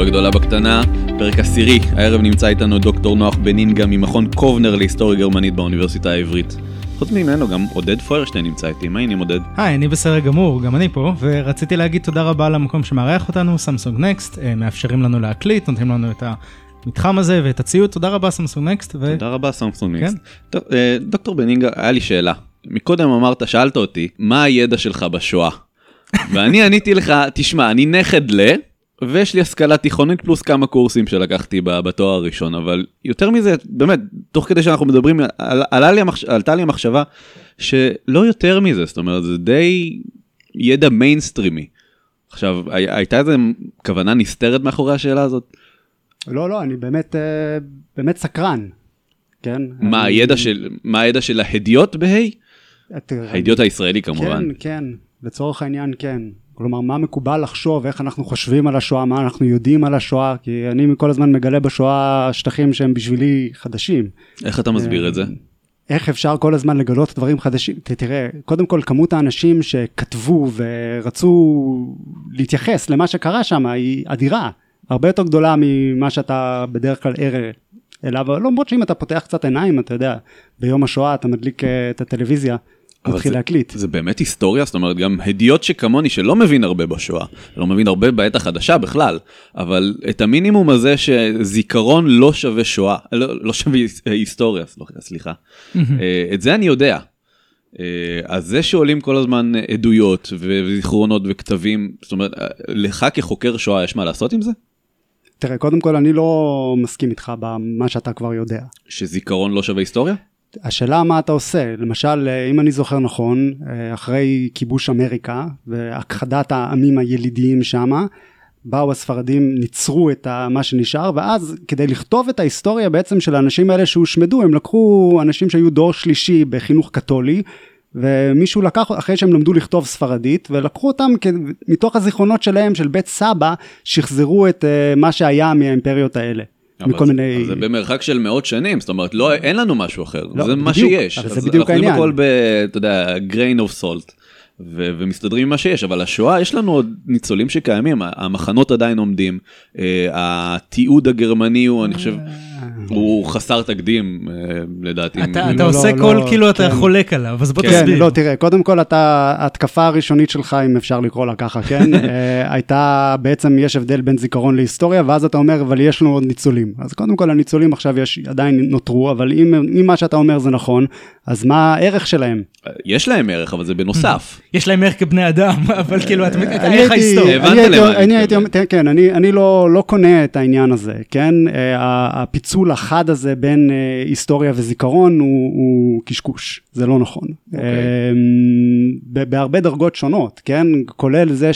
היסטוריה גדולה בקטנה, פרק 10. הערב נמצא איתנו דוקטור נוח בנינגה ממכון קובנר להיסטוריה גרמנית באוניברסיטה העברית. חוץ ממנו גם עודד פוירשטיין נמצא איתי. מה העניינים עודד? היי, אני בסדר גמור, גם אני פה, ורציתי להגיד תודה רבה למקום שמארח אותנו, סמסונג נקסט, מאפשרים לנו להקליט, נותנים לנו את המתחם הזה ואת הציוד. תודה רבה סמסונג נקסט. תודה רבה סמסונג נקסט. דוקטור בנינגה, היה לי שאלה. מקודם שאלת אותי, מה הידע שלך בשואה? ואני עניתי לך, תשמע, אני נכד ויש לי השכלה תיכונית פלוס כמה קורסים שלקחתי בתואר הראשון, אבל יותר מזה, באמת, תוך כדי שאנחנו מדברים, עלתה לי המחשבה שלא יותר מזה, זאת אומרת, זה די ידע מיינסטרימי. עכשיו, הייתה איזו כוונה נסתרת מאחורי השאלה הזאת? לא, אני באמת סקרן, כן? מה הידע של ההדיוט בהי? ההדיוט הישראלי כמובן. כן, לצורך העניין כן. כלומר, מה מקובל לחשוב, איך אנחנו חושבים על השואה, מה אנחנו יודעים על השואה, כי אני מכל הזמן מגלה בשואה שטחים שהם בשבילי חדשים. איך אתה מסביר את זה? איך אפשר כל הזמן לגלות דברים חדשים? תראה, קודם כל, כמות האנשים שכתבו ורצו להתייחס למה שקרה שם, היא אדירה. הרבה יותר גדולה ממה שאתה בדרך כלל ער אליו, למרות שאם אתה פותח קצת עיניים, אתה יודע, ביום השואה אתה מדליק את הטלוויזיה, מתחיל להקליט. זה באמת היסטוריה, זאת אומרת, גם הדיוט שכמוני שלא מבין הרבה בשואה, לא מבין הרבה בעת החדשה בכלל, אבל את המינימום הזה שזיכרון לא שווה שואה, לא שווה היסטוריה, סליחה. את זה אני יודע. אז זה שעולים כל הזמן עדויות וזיכרונות וכתבים, זאת אומרת, לך כחוקר שואה יש מה לעשות עם זה? תראה, קודם כל אני לא מסכים איתך במה שאתה כבר יודע. שזיכרון לא שווה היסטוריה? השאלה מה אתה עושה, למשל, אם אני זוכר נכון, אחרי כיבוש אמריקה והכחדת העמים הילידיים שמה, באו הספרדים, ניצרו את מה שנשאר, ואז כדי לכתוב את ההיסטוריה בעצם של האנשים האלה שהושמדו, הם לקחו אנשים שהיו דור שלישי בחינוך קתולי, ומישהו לקח, אחרי שהם למדו לכתוב ספרדית, ולקחו אותם מתוך הזיכרונות שלהם, של בית סבא, שחזרו את מה שהיה מהאימפריות האלה. אבל זה במרחק של מאות שנים, זאת אומרת, אין לנו משהו אחר, זה מה שיש. אבל זה בדיוק העניין. אנחנו הכל אתה יודע, grain of salt, ומסתדרים עם מה שיש, אבל השואה, יש לנו עוד ניצולים שקיימים, המחנות עדיין עומדים, התיעוד הגרמני הוא, אני חושב, הוא חסר תקדים, לדעתי. אתה עושה כל כאילו אתה חולק עליו, אז בוא תסביר. לא, תראה, קודם כל, ההתקפה הראשונית שלך, אם אפשר לקרוא לה ככה, כן? הייתה, בעצם יש הבדל בין זיכרון להיסטוריה, ואז אתה אומר, אבל יש לנו עוד ניצולים. אז קודם כל, הניצולים עכשיו עדיין נותרו, אבל אם מה שאתה אומר זה נכון, אז מה הערך שלהם? יש להם ערך, אבל זה בנוסף. יש להם ערך כבני אדם, אבל כאילו, איך ההיסטוריה? כן, אני לא קונה את העניין הזה, כן? הפיצול החד הזה בין היסטוריה וזיכרון הוא קשקוש, זה לא נכון. בהרבה דרגות שונות, כן? כולל זה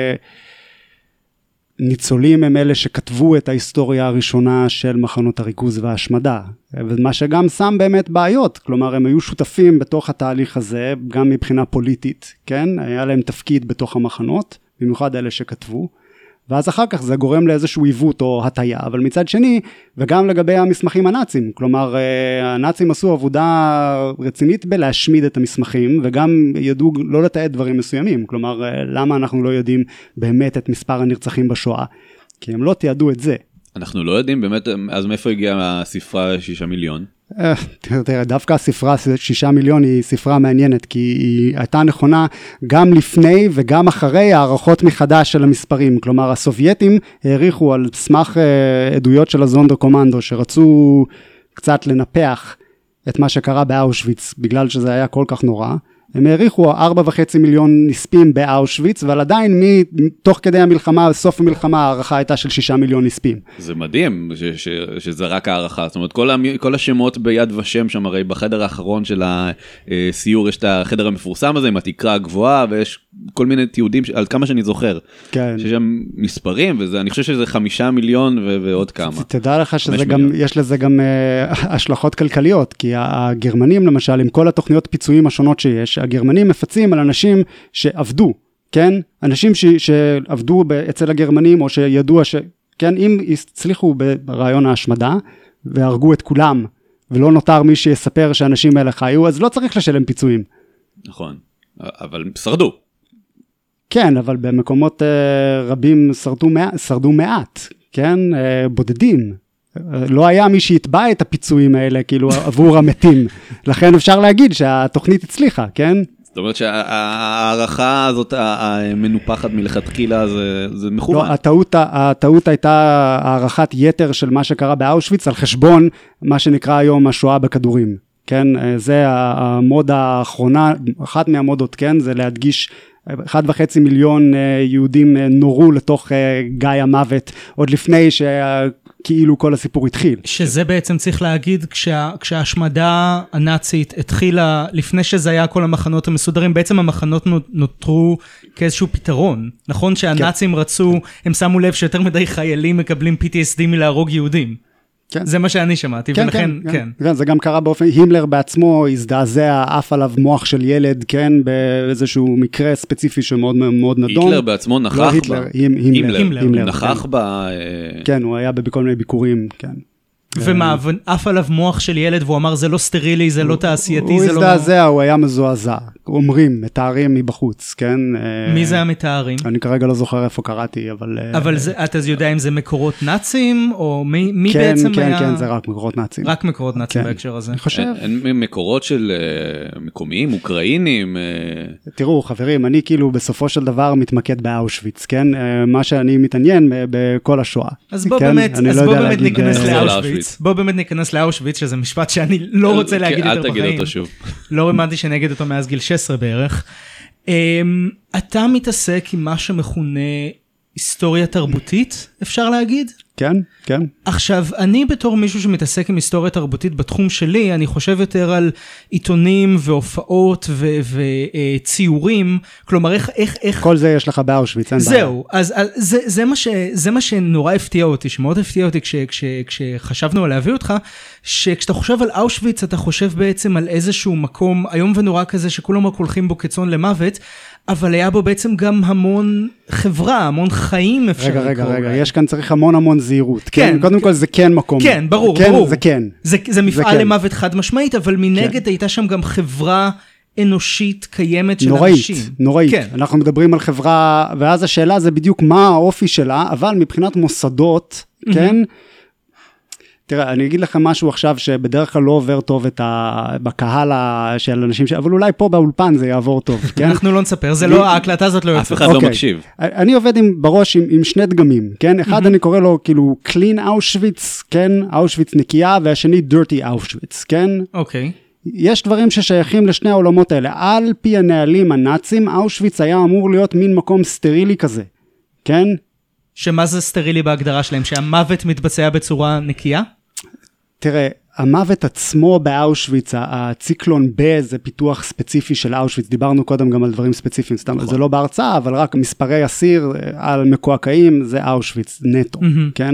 ניצולים הם אלה שכתבו את ההיסטוריה הראשונה של מחנות הריכוז וההשמדה, ומה שגם שם באמת בעיות, כלומר הם היו שותפים בתוך התהליך הזה, גם מבחינה פוליטית, כן? היה להם תפקיד בתוך המחנות, במיוחד אלה שכתבו, ואז אחר כך זה גורם לאיזשהו עיוות או הטיה, אבל מצד שני, וגם לגבי המסמכים הנאצים, כלומר, הנאצים עשו עבודה רצינית בלהשמיד את המסמכים, וגם ידעו לא לתעד דברים מסוימים, כלומר, למה אנחנו לא יודעים באמת את מספר הנרצחים בשואה? כי הם לא תיעדו את זה. אנחנו לא יודעים באמת, אז מאיפה הגיעה הספרה 6 מיליון? תראה, דווקא הספרה 6 מיליון היא ספרה מעניינת, כי היא הייתה נכונה גם לפני וגם אחרי הערכות מחדש של המספרים, כלומר הסובייטים העריכו על סמך עדויות של הזונדר קומנדו, שרצו קצת לנפח את מה שקרה באושוויץ, בגלל שזה היה כל כך נורא, הם העריכו 4.5 מיליון נספים באושוויץ, אבל עדיין מתוך כדי המלחמה, סוף המלחמה, הערכה הייתה של 6 מיליון נספים. זה מדהים שזה רק הערכה, זאת אומרת, כל השמות ביד ושם שם, הרי בחדר האחרון של הסיור, יש את החדר המפורסם הזה, עם התקרה הגבוהה, ויש כל מיני תיעודים, על כמה שאני זוכר, כן. שיש שם מספרים, ואני חושב שזה 5 מיליון ועוד כמה. תדע לך שיש לזה גם השלכות כלכליות, כי הגרמנים למשל, עם כל התוכניות פיצויים השונות שיש, הגרמנים מפצים על אנשים שעבדו, כן? אנשים שעבדו אצל הגרמנים, או שידוע כן, אם הצליחו ברעיון ההשמדה, והרגו את כולם, ולא נותר מי שיספר שאנשים האלה חיו, אז לא צריך לשלם פיצויים. נכון, אבל שרדו. כן, אבל במקומות רבים שרדו מעט, כן, בודדים. לא היה מי שיתבע את הפיצויים האלה, כאילו, עבור המתים. לכן אפשר להגיד שהתוכנית הצליחה, כן? זאת אומרת שהערכה הזאת המנופחת מלכתחילה זה מכוון. לא, הטעות הייתה הערכת יתר של מה שקרה באושוויץ על חשבון מה שנקרא היום השואה בכדורים. כן, זה המודה האחרונה, אחת מהמודות, כן, זה להדגיש 1.5 מיליון יהודים נורו לתוך גיא המוות, עוד לפני שכאילו כל הסיפור התחיל. שזה בעצם צריך להגיד, כשההשמדה הנאצית התחילה, לפני שזה היה כל המחנות המסודרים, בעצם המחנות נותרו כאיזשהו פתרון. נכון שהנאצים רצו, הם שמו לב שיותר מדי חיילים מקבלים PTSD מלהרוג יהודים. כן. זה מה שאני שמעתי, כן, ולכן, כן. כן, זה גם קרה באופן, הימלר בעצמו הזדעזע, עף עליו מוח של ילד, כן, באיזשהו מקרה ספציפי שמאוד מאוד נדון. היטלר בעצמו נכח לא היטלר, הימלר. הוא נכח ב... כן, הוא היה בכל מיני ביקורים, כן. ומה, עף עליו מוח של ילד, והוא אמר, זה לא סטרילי, זה לא תעשייתי, הוא זה לא... הזדעזע, הוא היה מזועזע. אומרים, מתארים מבחוץ, כן? מי זה המתארים? אני כרגע לא זוכר איפה קראתי, אבל... אבל אתה יודע אם זה מקורות נאצים, או מי בעצם היה... כן, זה רק מקורות נאצים. רק מקורות נאצים בהקשר הזה. אני חושב. אין מקורות של מקומיים, אוקראינים. תראו, חברים, אני כאילו בסופו של דבר מתמקד באושוויץ, כן? מה שאני מתעניין בכל השואה. אז בוא באמת ניכנס לאושוויץ. בוא באמת ניכנס לאושוויץ, שזה משפט שאני לא רוצה להגיד יותר בחיים. אל תגיד אותו שוב. לא האמנתי שאני אגיד אותו מאז גיל 16 בערך. אתה מתעסק עם מה שמכונה היסטוריה תרבותית, אפשר להגיד? כן, כן. עכשיו, אני בתור מישהו שמתעסק עם היסטוריה תרבותית בתחום שלי, אני חושב יותר על עיתונים והופעות וציורים, כלומר, איך... כל זה יש לך באושוויץ, אין בעיה. זהו, אז זה מה שנורא הפתיע אותי, שמאוד הפתיע אותי כשחשבנו על להביא אותך, שכשאתה חושב על אושוויץ, אתה חושב בעצם על איזשהו מקום איום ונורא כזה, שכולם רק הולכים בו כצאן למוות, אבל היה בו בעצם גם המון חברה, המון חיים אפשר לקרוא. רגע, יש כאן צריך המון זהירות. כן. קודם כל זה כן מקום. כן, ברור. זה כן. זה מפעל למוות חד משמעית, אבל מנגד הייתה שם גם חברה אנושית קיימת של אנשים. נוראית. אנחנו מדברים על חברה, ואז השאלה זה בדיוק מה האופי שלה, אבל מבחינת מוסדות, כן? תראה, אני אגיד לכם משהו עכשיו שבדרך כלל לא עובר טוב בקהל של אנשים, אבל אולי פה באולפן זה יעבור טוב, כן? אנחנו לא נספר, זה לא, ההקלטה הזאת לא יוצאת. אף אחד לא מקשיב. אני עובד בראש עם שני דגמים, כן? אחד אני קורא לו כאילו clean Auschwitz, כן? Auschwitz נקייה, והשני dirty Auschwitz, כן? אוקיי. יש דברים ששייכים לשני העולמות האלה. על פי הנהלים הנאצים, אושוויץ היה אמור להיות מין מקום סטרילי כזה, כן? שמה זה סטרילי בהגדרה שלהם? שהמוות מתבצע בצורה נקייה? תראה, המוות עצמו באושוויץ, הציקלון ב זה פיתוח ספציפי של אושוויץ, דיברנו קודם גם על דברים ספציפיים, סתם, זה לא בהרצאה, אבל רק מספרי אסיר על מקועקעים, זה אושוויץ נטו, כן?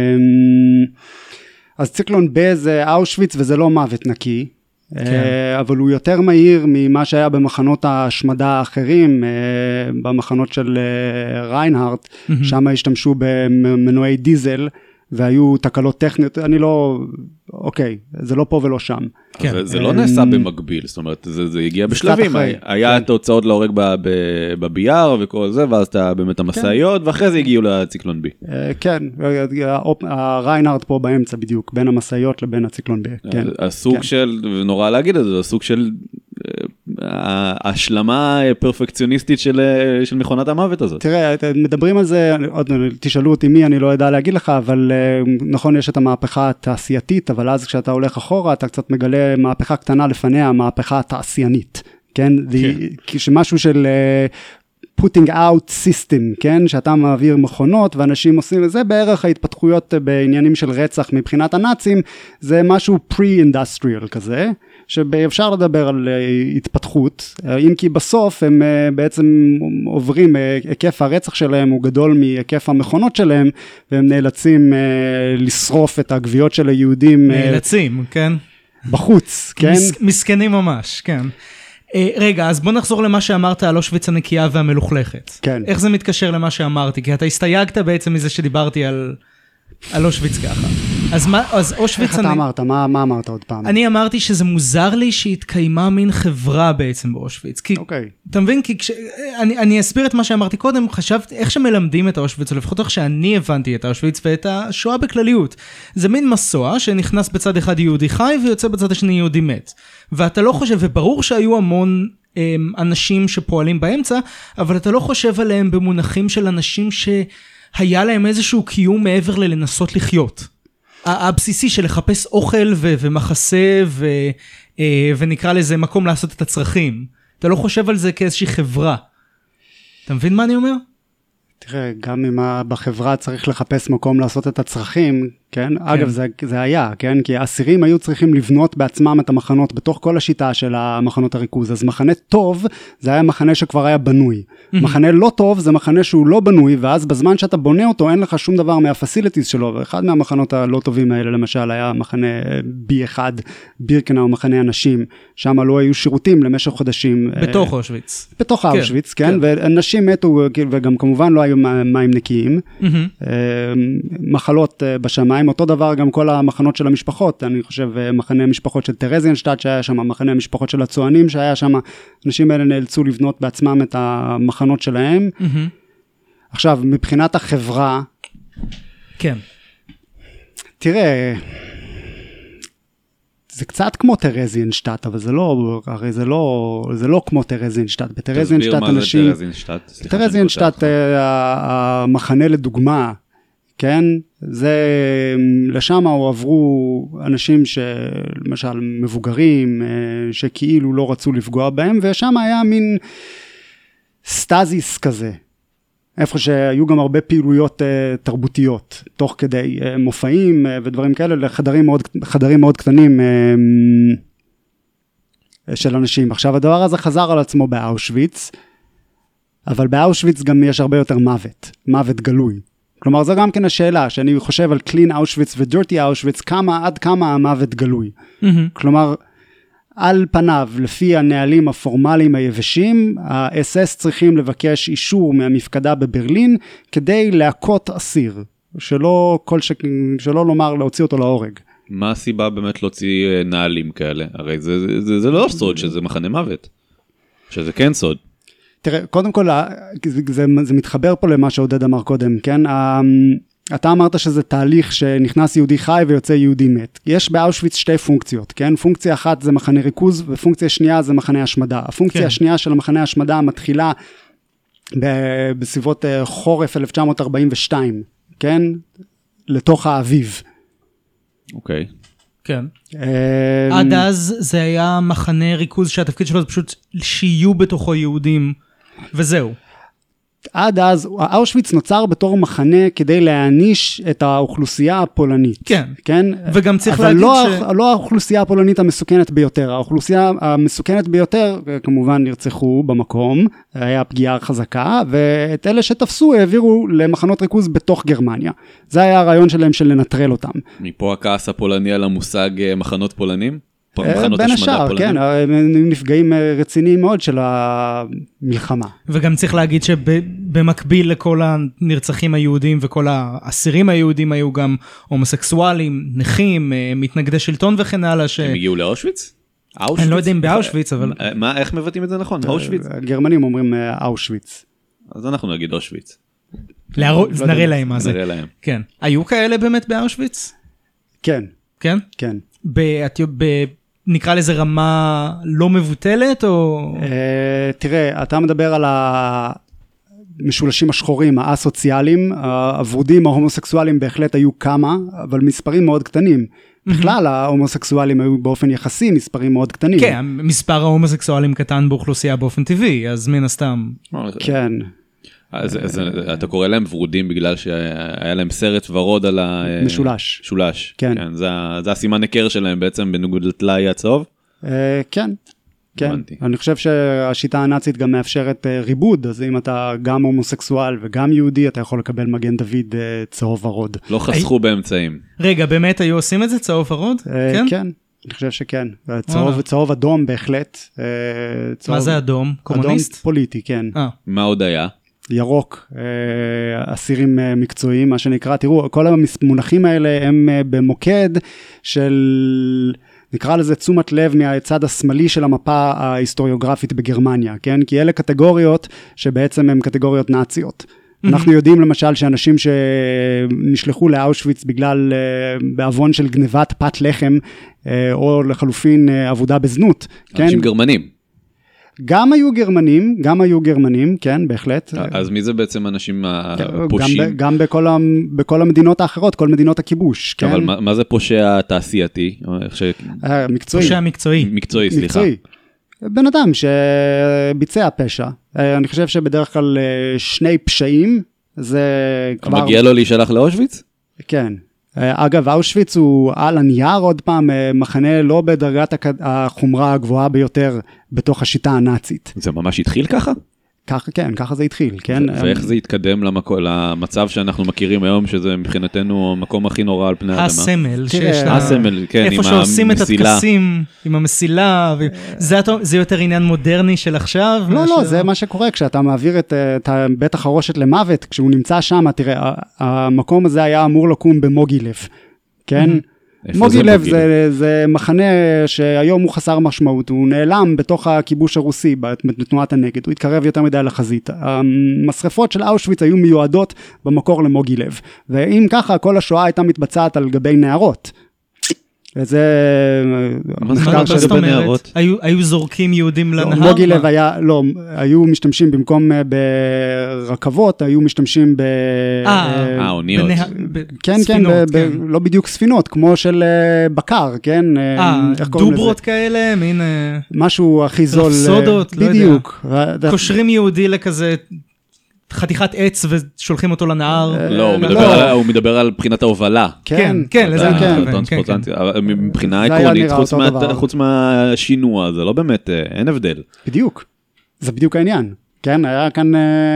אז ציקלון ב זה אושוויץ וזה לא מוות נקי, אבל הוא יותר מהיר ממה שהיה במחנות ההשמדה האחרים, במחנות של ריינהארט, שם השתמשו במנועי דיזל, והיו תקלות טכניות, אני לא, אוקיי, זה לא פה ולא שם. זה לא נעשה במקביל, זאת אומרת, זה הגיע בשלבים, היה את ההוצאות להורג בבייר וכל זה, ואז אתה באמת המסעיות, ואחרי זה הגיעו לציקלון בי. כן, הריינהארט פה באמצע בדיוק, בין המסעיות לבין הציקלון בי. הסוג של, ונורא להגיד את זה, הסוג של ההשלמה פרפקציוניסטית של מכונת המוות הזאת. תראה, מדברים על זה, תשאלו אותי מי, אני לא יודע להגיד לך, אבל נכון, יש את המהפכה התעשייתית, אבל אז כשאתה הולך אחורה, אתה קצת מגלה מהפכה קטנה לפניה, המהפכה התעשיינית, כן? כשמשהו של putting out system, כן? שאתה מעביר מכונות, ואנשים עושים, זה בערך ההתפתחויות בעניינים של רצח מבחינת הנאצים, זה משהו pre-industrial כזה, שאפשר לדבר על התפתחות, אם כי בסוף הם בעצם עוברים, היקף הרצח שלהם הוא גדול מהיקף המכונות שלהם, והם נאלצים לשרוף את הגוויות של היהודים. נאלצים, כן. בחוץ, כן. מסכנים ממש, כן. רגע, אז בוא נחזור למה שאמרת על אושוויץ הנקייה והמלוכלכת. כן. איך זה מתקשר למה שאמרתי? כי אתה הסתייגת בעצם מזה שדיברתי על אושוויץ ככה. אז אושוויץ... איך אתה אמרת? מה אמרת עוד פעם? אני אמרתי שזה מוזר לי שהתקיימה מין חברה בעצם באושוויץ. אוקיי. אתה מבין? כי אני אסביר את מה שאמרתי קודם, חשבתי איך שמלמדים את האושוויץ, או לפחות איך שאני הבנתי את האושוויץ ואת השואה בכלליות. זה מין מסוע שנכנס בצד אחד יהודי חי ויוצא בצד השני יהודי מת. ואתה לא חושב, וברור שהיו המון אנשים שפועלים באמצע, אבל אתה לא חושב עליהם במונחים של אנשים שהיה להם איזשהו קיום מעבר ללנסות לחיות. הבסיסי של לחפש אוכל ומחסה ונקרא לזה מקום לעשות את הצרכים. אתה לא חושב על זה כאיזושהי חברה. אתה מבין מה אני אומר? תראה, גם אם בחברה צריך לחפש מקום לעשות את הצרכים, כן? אגב, זה היה, כן? כי האסירים היו צריכים לבנות בעצמם את המחנות בתוך כל השיטה של המחנות הריכוז. אז מחנה טוב, זה היה מחנה שכבר היה בנוי. מחנה לא טוב, זה מחנה שהוא לא בנוי, ואז בזמן שאתה בונה אותו, אין לך שום דבר מהפסיליטיז שלו. ואחד מהמחנות הלא טובים האלה, למשל, היה מחנה B1, בירקנאו, מחנה אנשים, שם לא היו שירותים למשך חודשים. בתוך אושוויץ. בתוך אושוויץ, כן? ואנשים מתו, וגם כמובן לא היו מים נקיים. מחלות בשמיים. אותו דבר גם כל המחנות של המשפחות, אני חושב מחנה המשפחות של טרזיינשטאט שהיה שם, מחנה המשפחות של הצוענים שהיה שם, אנשים האלה נאלצו לבנות בעצמם את המחנות שלהם. עכשיו, מבחינת החברה, כן. תראה, זה קצת כמו טרזיינשטאט, אבל זה לא, הרי זה לא כמו טרזיינשטאט. תסביר מה זה טרזיינשטט. טרזיינשטאט, המחנה לדוגמה, כן, זה, לשם הועברו אנשים שלמשל מבוגרים, שכאילו לא רצו לפגוע בהם, ושם היה מין סטזיס כזה, איפה שהיו גם הרבה פעילויות תרבותיות, תוך כדי מופעים ודברים כאלה, לחדרים מאוד קטנים של אנשים. עכשיו הדבר הזה חזר על עצמו באושוויץ, אבל באושוויץ גם יש הרבה יותר מוות גלוי. כלומר, זו גם כן השאלה, שאני חושב על clean אושוויץ וdirty אושוויץ, עד כמה המוות גלוי. כלומר, על פניו, לפי הנהלים הפורמליים היבשים, ה-SS צריכים לבקש אישור מהמפקדה בברלין, כדי להכות אסיר, שלא לומר להוציא אותו להורג. מה הסיבה באמת להוציא נהלים כאלה? הרי זה לא סוד שזה מחנה מוות, שזה כן סוד. תראה, קודם כל, זה מתחבר פה למה שעודד אמר קודם, כן? אתה אמרת שזה תהליך שנכנס יהודי חי ויוצא יהודי מת. יש באושוויץ שתי פונקציות, כן? פונקציה אחת זה מחנה ריכוז, ופונקציה שנייה זה מחנה השמדה. הפונקציה השנייה של המחנה השמדה מתחילה בסביבות חורף 1942, כן? לתוך האביב. אוקיי. כן. עד אז זה היה מחנה ריכוז שהתפקיד שלו זה פשוט שיהיו בתוכו יהודים, וזהו. עד אז, אושוויץ נוצר בתור מחנה כדי להעניש את האוכלוסייה הפולנית. כן. כן? וגם צריך להגיד אבל לא האוכלוסייה הפולנית המסוכנת ביותר. האוכלוסייה המסוכנת ביותר, כמובן נרצחו במקום, היה פגיעה חזקה, ואת אלה שתפסו העבירו למחנות ריכוז בתוך גרמניה. זה היה הרעיון שלהם של לנטרל אותם. מפה הכעס הפולני על המושג מחנות פולנים? בין השאר, כן, נפגעים רציניים מאוד של המלחמה. וגם צריך להגיד שבמקביל לכל הנרצחים היהודים וכל האסירים היהודים היו גם הומוסקסואלים, נכים, מתנגדי שלטון וכן הלאה. הם הגיעו לאושוויץ? אני לא יודע אם באושוויץ, אבל... איך מבטאים את זה נכון? אושוויץ? הגרמנים אומרים אושוויץ. אז אנחנו נגיד אושוויץ. נראה להם מה זה. נראה להם. כן. היו כאלה באמת באושוויץ? כן. כן? כן. נקרא לזה רמה לא מבוטלת או... תראה, אתה מדבר על המשולשים השחורים, האסוציאליים, הוורודים, ההומוסקסואלים בהחלט היו כמה, אבל מספרים מאוד קטנים. בכלל ההומוסקסואלים היו באופן יחסי מספרים מאוד קטנים. כן, מספר ההומוסקסואלים קטן באוכלוסייה באופן טבעי, אז מן הסתם. כן. אז אתה קורא להם ורודים בגלל שהיה להם סרט ורוד על משולש. משולש. כן. זה הסימן הכר שלהם בעצם בניגוד לטלאי הצהוב? כן. כן. אני חושב שהשיטה הנאצית גם מאפשרת ריבוד, אז אם אתה גם הומוסקסואל וגם יהודי, אתה יכול לקבל מגן דוד צהוב ורוד. לא חסכו באמצעים. רגע, באמת היו עושים את זה צהוב ורוד? כן? כן. אני חושב שכן. צהוב אדום בהחלט. מה זה אדום? קומוניסט? אדום פוליטי, כן. מה עוד היה? ירוק, אסירים מקצועיים, מה שנקרא, תראו, כל המונחים האלה הם במוקד של, נקרא לזה תשומת לב מהצד השמאלי של המפה ההיסטוריוגרפית בגרמניה, כן? כי אלה קטגוריות שבעצם הן קטגוריות נאציות. אנחנו יודעים למשל שאנשים שנשלחו לאושוויץ בגלל בעוון של גנבת פת לחם, או לחלופין עבודה בזנות. אנשים גרמנים. גם היו גרמנים, כן, בהחלט. אז מי זה בעצם אנשים הפושעים? גם בכל המדינות האחרות, כל מדינות הכיבוש, כן. אבל מה זה פושע תעשייתי? מקצועי. פושע מקצועי. מקצועי, סליחה. בן אדם שביצע פשע. אני חושב שבדרך כלל 2 פשעים, זה כבר... מגיע לו להישלח לאושוויץ? כן. אגב, אושוויץ הוא על הנייר עוד פעם, מחנה לא בדרגת החומרה הגבוהה ביותר בתוך השיטה הנאצית. זה ממש התחיל ככה? ככה, כן, ככה זה התחיל, כן. ואיך זה התקדם למצב שאנחנו מכירים היום, שזה מבחינתנו המקום הכי נורא על פני האדמה? הסמל שיש לה... הסמל, כן, עם המסילה. איפה שעושים את הטקסים, עם המסילה, זה יותר עניין מודרני של עכשיו? לא, זה מה שקורה, כשאתה מעביר את בית החרושת למוות, כשהוא נמצא שם, תראה, המקום הזה היה אמור לקום במוגילב, כן? מוגילב זה מחנה שהיום הוא חסר משמעות, הוא נעלם בתוך הכיבוש הרוסי, בתנועת הנגד, הוא התקרב יותר מדי לחזית. המשרפות של אושוויץ היו מיועדות במקור למוגילב, ואם ככה כל השואה הייתה מתבצעת על גבי נערות. וזה... מה זאת אומרת? היו זורקים יהודים לנהר? מוגילב היה, לא, היו משתמשים במקום ברכבות, היו משתמשים ב... אוניות. כן, כן, לא בדיוק ספינות, כמו של בקר, כן? דוברות כאלה, מין... משהו הכי זול. רפסודות, לא יודע. בדיוק. קושרים יהודי לכזה... חתיכת עץ ושולחים אותו לנהר. לא, הוא מדבר על בחינת ההובלה. כן, כן, לזה כן. מבחינה עקרונית, חוץ מהשינוע, זה לא באמת, אין הבדל. בדיוק, זה בדיוק העניין. כן, היה כאן,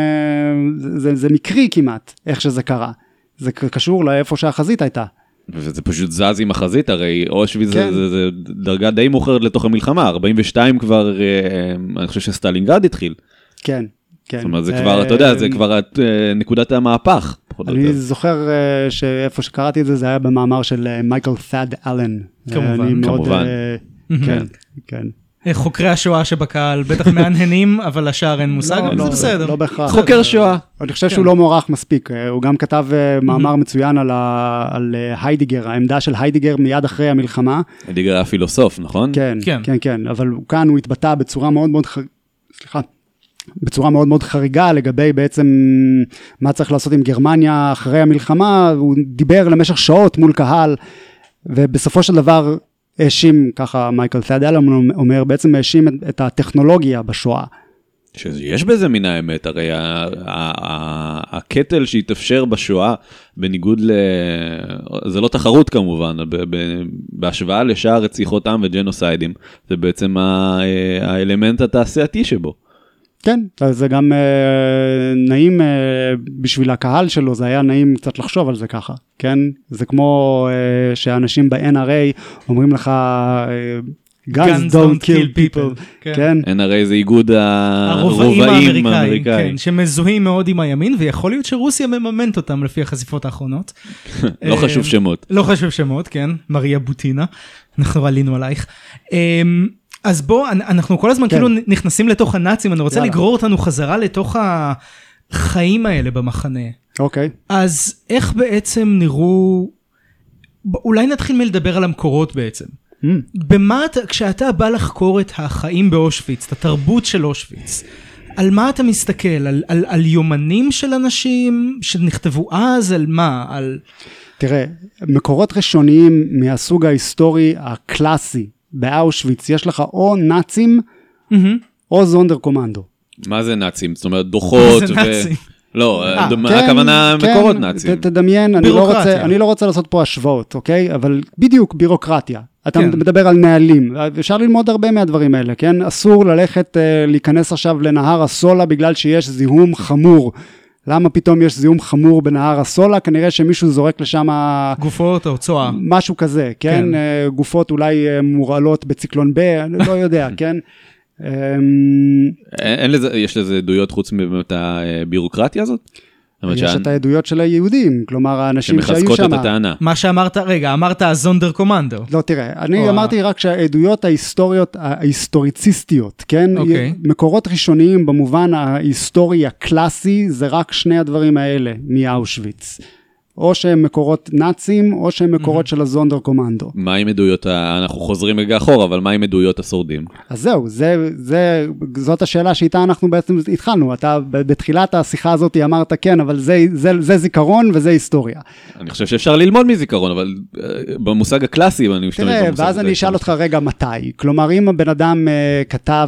זה מקרי כמעט, איך שזה קרה. זה קשור לאיפה שהחזית הייתה. וזה פשוט זז עם החזית, הרי אושוויץ זה דרגה די מאוחרת לתוך המלחמה, 42 כבר, אני חושב שסטלינגרד התחיל. כן. זאת אומרת, זה כבר, אתה יודע, זה כבר נקודת המהפך. אני זוכר שאיפה שקראתי את זה, זה היה במאמר של מייקל ת'אד אלן. כמובן. כן, כן. חוקרי השואה שבקהל, בטח מהנהנים, אבל השאר אין מושג, זה בסדר. לא בהכרח. חוקר שואה. אני חושב שהוא לא מוערך מספיק, הוא גם כתב מאמר מצוין על היידיגר, העמדה של היידיגר מיד אחרי המלחמה. היידיגר היה פילוסוף, נכון? כן, כן, כן, אבל כאן הוא התבטא בצורה מאוד מאוד, סליחה, בצורה מאוד מאוד חריגה לגבי בעצם מה צריך לעשות עם גרמניה אחרי המלחמה, הוא דיבר למשך שעות מול קהל, ובסופו של דבר האשים, ככה מייקל ת'אד אלן אומר, בעצם האשים את הטכנולוגיה בשואה. שיש בזה מן האמת, הרי הקטל שהתאפשר בשואה, בניגוד זה לא תחרות כמובן, בהשוואה לשאר רציחות עם וג'נוסיידים, זה בעצם האלמנט התעשייתי שבו. כן, זה גם נעים בשביל הקהל שלו, זה היה נעים קצת לחשוב על זה ככה, כן? זה כמו שאנשים ב-NRA אומרים לך, Guns don't kill people, כן? NRA זה איגוד הרובעים האמריקאים, כן, שמזוהים מאוד עם הימין, ויכול להיות שרוסיה מממנת אותם לפי החשיפות האחרונות. לא חשוב שמות. לא חשוב שמות, כן, מריה בוטינה, אנחנו עלינו עלייך. אז בוא, אנחנו כל הזמן כאילו נכנסים לתוך הנאצים, אני רוצה לגרור אותנו חזרה לתוך החיים האלה במחנה. אוקיי. אז איך בעצם נראו, אולי נתחיל מלדבר על המקורות בעצם. במה אתה, כשאתה בא לחקור את החיים באושוויץ, את התרבות של אושוויץ, על מה אתה מסתכל? על יומנים של אנשים שנכתבו אז? על מה? תראה, מקורות ראשוניים מהסוג ההיסטורי הקלאסי, באושוויץ יש לך או נאצים, או זונדר קומנדו. מה זה נאצים? זאת אומרת, דוחות ו... לא, הכוונה מקורות נאצים. תדמיין, אני לא רוצה לעשות פה השוואות, אוקיי? אבל בדיוק, בירוקרטיה. אתה מדבר על נהלים. אפשר ללמוד הרבה מהדברים האלה, כן? אסור ללכת, להיכנס עכשיו לנהר הסולה, בגלל שיש זיהום חמור. למה פתאום יש זיהום חמור בנהר הסולה? כנראה שמישהו זורק לשם... גופות או צועה. משהו כזה, כן? גופות אולי מורעלות בציקלון ב, אני לא יודע, כן? יש לזה עדויות חוץ מבאמת הבירוקרטיה הזאת? יש את העדויות של היהודים, כלומר האנשים שהיו שם. שמחזקות את הטענה. מה שאמרת, רגע, אמרת הזונדר קומנדו. לא, תראה, אני אמרתי רק שהעדויות ההיסטוריציסטיות, כן? מקורות ראשוניים במובן ההיסטורי הקלאסי, זה רק שני הדברים האלה מאושוויץ. או שהם מקורות נאצים, או שהם מקורות של הזונדר קומנדו. מה עם עדויות, אנחנו חוזרים רגע אחורה, אבל מה עם עדויות השורדים? אז זהו, זאת השאלה שאיתה אנחנו בעצם התחלנו. אתה בתחילת השיחה הזאת אמרת כן, אבל זה זיכרון וזה היסטוריה. אני חושב שאפשר ללמוד מזיכרון, אבל במושג הקלאסי, אני משתמש במושג הזה. ואז אני אשאל אותך רגע מתי. כלומר, אם הבן אדם כתב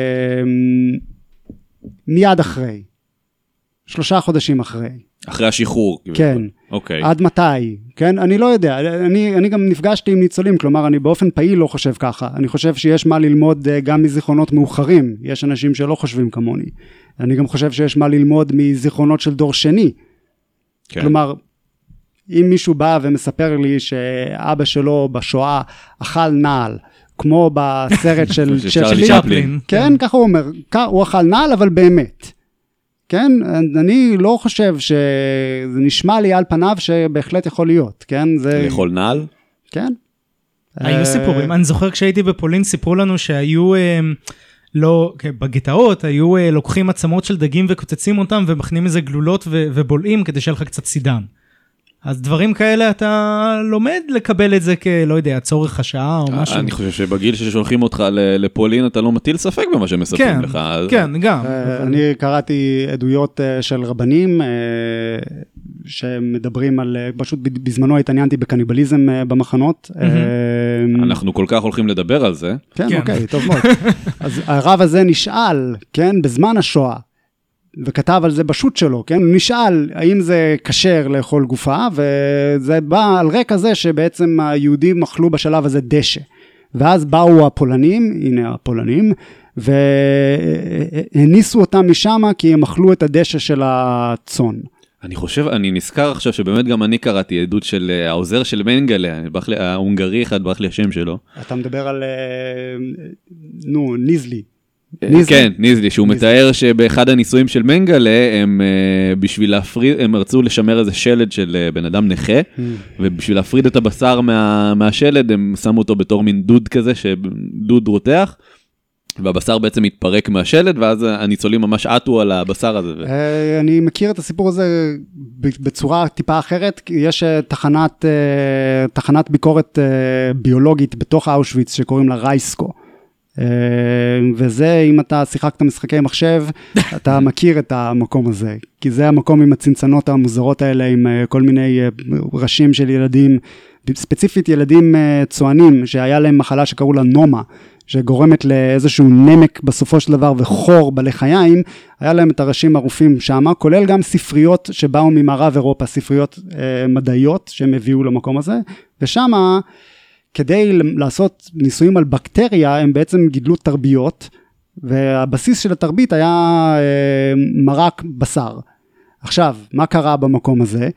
מיד אחרי, 3 חודשים אחרי, אחרי השחרור. כן. אוקיי. עד מתי? כן? אני לא יודע. אני גם נפגשתי עם ניצולים, כלומר, אני באופן פעיל לא חושב ככה. אני חושב שיש מה ללמוד גם מזיכרונות מאוחרים. יש אנשים שלא חושבים כמוני. אני גם חושב שיש מה ללמוד מזיכרונות של דור שני. כן. כלומר, אם מישהו בא ומספר לי שאבא שלו בשואה אכל נעל, כמו בסרט של צ'רלי צ'פלין. כן, ככה הוא אומר. הוא אכל נעל, אבל באמת. כן, אני לא חושב שזה נשמע לי על פניו שבהחלט יכול להיות, כן? זה לאכול נעל? כן. היו סיפורים, אני זוכר כשהייתי בפולין סיפרו לנו שהיו, לא, בגטאות, היו לוקחים עצמות של דגים וקוצצים אותם ומכנים איזה גלולות ובולעים כדי שיהיה לך קצת סידן. אז דברים כאלה אתה לומד לקבל את זה כלא יודע, צורך השעה או משהו. אני חושב שבגיל ששולחים אותך לפולין אתה לא מטיל ספק במה שמספרים לך. כן, גם. אני קראתי עדויות של רבנים שמדברים על, פשוט בזמנו התעניינתי בקניבליזם במחנות. אנחנו כל כך הולכים לדבר על זה. כן, אוקיי, טוב מאוד. אז הרב הזה נשאל, כן, בזמן השואה, וכתב על זה בשו"ת שלו, כן? הוא נשאל האם זה כשר לאכול גופה, וזה בא על רקע זה שבעצם היהודים אכלו בשלב הזה דשא. ואז באו הפולנים, הנה הפולנים, והניסו אותם משם כי הם אכלו את הדשא של הצאן. אני חושב, אני נזכר עכשיו שבאמת גם אני קראתי עדות של העוזר של מנגלה, ההונגרי אחד, ברח לי השם שלו. אתה מדבר על, ניזלי. כן, ניזלי, שהוא מתאר שבאחד הניסויים של מנגלה, הם בשביל להפריד, הם רצו לשמר איזה שלד של בן אדם נכה, ובשביל להפריד את הבשר מהשלד, הם שמו אותו בתור מין דוד כזה, דוד רותח, והבשר בעצם התפרק מהשלד, ואז הניצולים ממש עטו על הבשר הזה. אני מכיר את הסיפור הזה בצורה טיפה אחרת, יש תחנת ביקורת ביולוגית בתוך אושוויץ, שקוראים לה רייסקו, וזה, אם אתה שיחקת משחקי מחשב, אתה מכיר את המקום הזה, כי זה המקום עם הצנצנות המוזרות האלה, עם כל מיני ראשים של ילדים, ספציפית ילדים צוענים, שהיה להם מחלה שקראו לה נומה, שגורמת לאיזשהו נמק בסופו של דבר וחור בלחיים, היה להם את הראשים ערופים שם, כולל גם ספריות שבאו ממערב אירופה, ספריות מדעיות שהם הביאו למקום הזה, ושם כדי לעשות ניסויים על בקטריה, הם בעצם גידלו תרביות, והבסיס של התרבית היה מרק בשר. עכשיו, מה קרה במקום הזה?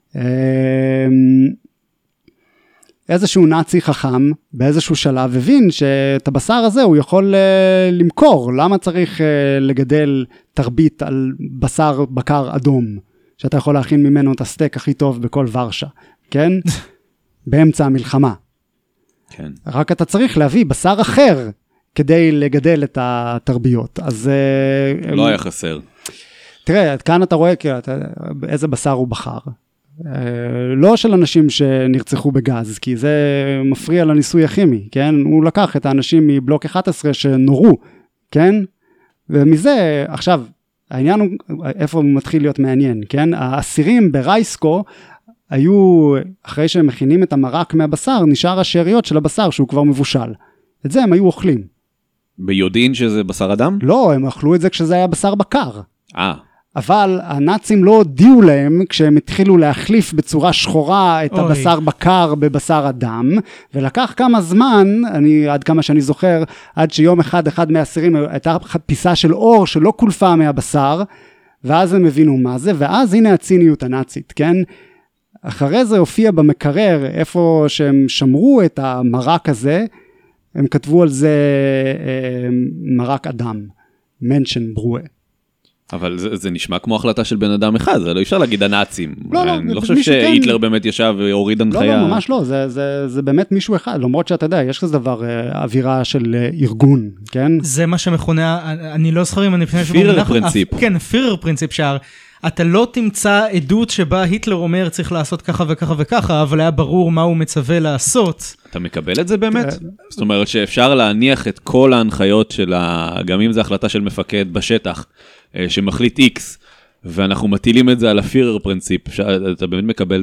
איזשהו נאצי חכם, באיזשהו שלב, הבין שאת הבשר הזה הוא יכול למכור. למה צריך לגדל תרבית על בשר בקר אדום, שאתה יכול להכין ממנו את הסטייק הכי טוב בכל ורשה, כן? באמצע המלחמה. כן. רק אתה צריך להביא בשר אחר כדי לגדל את התרביות. אז לא היה חסר. תראה, כאן אתה רואה איזה בשר הוא בחר. לא של אנשים שנרצחו בגז, כי זה מפריע לניסוי הכימי, כן? הוא לקח את האנשים מבלוק 11 שנורו, כן? ומזה, עכשיו, העניין הוא איפה הוא מתחיל להיות מעניין, כן? האסירים ברייסקו, היו, אחרי שהם מכינים את המרק מהבשר, נשאר השאריות של הבשר שהוא כבר מבושל. את זה הם היו אוכלים. ביודעין שזה בשר אדם? לא, הם אכלו את זה כשזה היה בשר בקר. אבל הנאצים לא הודיעו להם, כשהם התחילו להחליף בצורה שחורה את הבשר בקר בבשר אדם, ולקח כמה זמן, עד כמה שאני זוכר, עד שיום אחד מהאסירים הייתה פיסה של אור שלא קולפה מהבשר, ואז הם הבינו מה זה, ואז הנה הציניות הנאצית, כן? אחרי זה הופיע במקרר, איפה שהם שמרו את המרק הזה, הם כתבו על זה מרק אדם, מנשן ברואה. אבל זה נשמע כמו החלטה של בן אדם אחד, זה לא אפשר להגיד הנאצים. לא, אני לא חושב שהיטלר באמת ישב והוריד הנחיה. לא, ממש לא, זה באמת מישהו אחד, למרות שאתה יודע, יש כזה דבר, אווירה של ארגון, כן? זה מה שמכונה, אני לא זוכר אם אני לפני פירר פרינציפ. כן, פירר פרינציפ שער. אתה לא תמצא עדות שבה היטלר אומר צריך לעשות ככה וככה וככה, אבל היה ברור מה הוא מצווה לעשות. אתה מקבל את זה באמת? זאת אומרת שאפשר להניח את כל ההנחיות של גם אם זה החלטה של מפקד בשטח, שמחליט X, ואנחנו מטילים את זה על הפירר פרינציפ, אתה באמת מקבל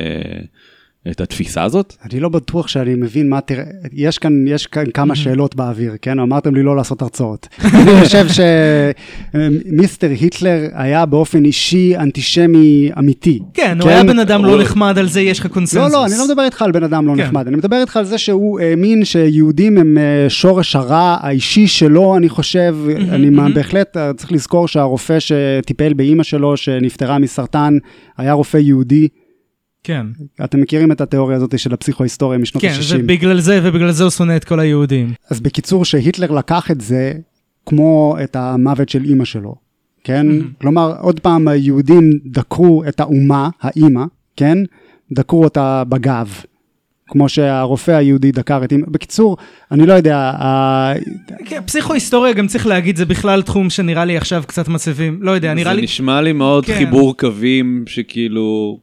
את התפיסה הזאת? אני לא בטוח שאני מבין מה תראה, יש כאן כמה שאלות באוויר, כן? אמרתם לי לא לעשות הרצאות. אני חושב שמיסטר היטלר היה באופן אישי אנטישמי אמיתי. כן, הוא היה בן אדם לא נחמד, על זה יש לך קונסנזוס. לא, אני לא מדבר איתך על בן אדם לא נחמד, אני מדבר איתך על זה שהוא האמין שיהודים הם שורש הרע האישי שלו, אני חושב, אני בהחלט צריך לזכור שהרופא שטיפל באמא שלו שנפטרה מסרטן, היה רופא יהודי, כן. אתם מכירים את התיאוריה הזאת של הפסיכו-היסטוריה משנות ה-60. כן, ובגלל זה הוא שונא את כל היהודים. אז בקיצור, שהיטלר לקח את זה כמו את המוות של אמא שלו, כן? כלומר, עוד פעם היהודים דקרו את האומה, האמא, כן? דקרו אותה בגב, כמו שהרופא היהודי דקר את אמא. בקיצור, אני לא יודע... פסיכו-היסטוריה גם צריך להגיד, זה בכלל תחום שנראה לי עכשיו קצת מצבים. לא יודע, נראה לי... זה נשמע לי מאוד חיבור קווים שכאילו...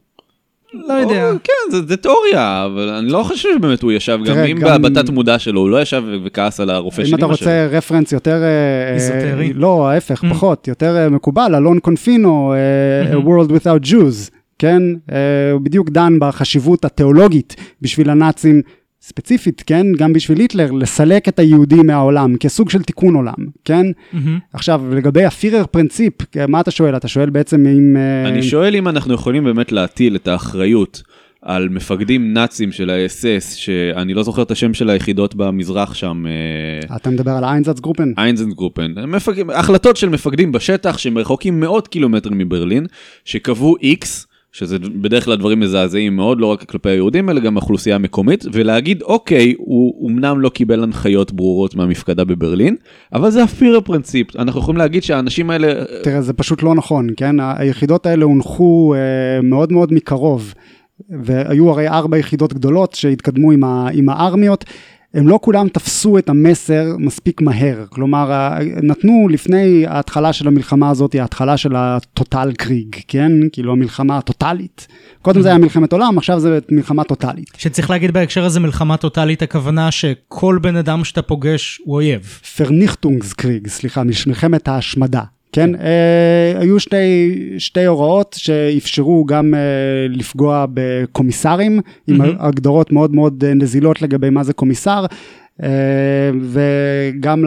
לא יודע. כן, זה תיאוריה, אבל אני לא חושב שבאמת הוא ישב, גם אם בתת מודע שלו, הוא לא ישב וכעס על הרופא של אמא שלו. אם אתה רוצה רפרנס יותר... איזוטרי. לא, ההפך, פחות, יותר מקובל, אלון קונפינו, A World Without Jews, כן? הוא בדיוק דן בחשיבות התיאולוגית בשביל הנאצים, ספציפית, כן? גם בשביל היטלר, לסלק את היהודים מהעולם, כסוג של תיקון עולם, כן? עכשיו, לגבי הפירר פרינציפ, מה אתה שואל? אתה שואל בעצם אם... אני שואל אם אנחנו יכולים באמת להטיל את האחריות על מפקדים נאצים של ה-SS, שאני לא זוכר את השם של היחידות במזרח שם. אתה מדבר על איינזצגרופן? איינזצגרופן. החלטות של מפקדים בשטח, שמרחוקים מאות קילומטרים מברלין, שקבעו X, שזה בדרך כלל דברים מזעזעים מאוד, לא רק כלפי היהודים, אלא גם האוכלוסייה המקומית, ולהגיד, אוקיי, הוא אמנם לא קיבל הנחיות ברורות מהמפקדה בברלין, אבל זה הפירר פרינציפ. אנחנו יכולים להגיד שהאנשים האלה... תראה, זה פשוט לא נכון, כן? היחידות האלה הונחו מאוד מאוד מקרוב, והיו הרי 4 יחידות גדולות שהתקדמו עם הארמיות, הם לא כולם תפסו את המסר מספיק מהר, כלומר, נתנו לפני ההתחלה של המלחמה הזאת, ההתחלה של הטוטל קריג, כן? כאילו המלחמה הטוטלית. קודם זה היה מלחמת עולם, עכשיו זה מלחמה טוטלית. שצריך להגיד בהקשר הזה מלחמה טוטלית, הכוונה שכל בן אדם שאתה פוגש הוא אויב. פרניכטונגסקריג, סליחה, מלחמת ההשמדה. כן, היו שתי הוראות שאפשרו גם לפגוע בקומיסרים, עם הגדרות מאוד מאוד נזילות לגבי מה זה קומיסר, וגם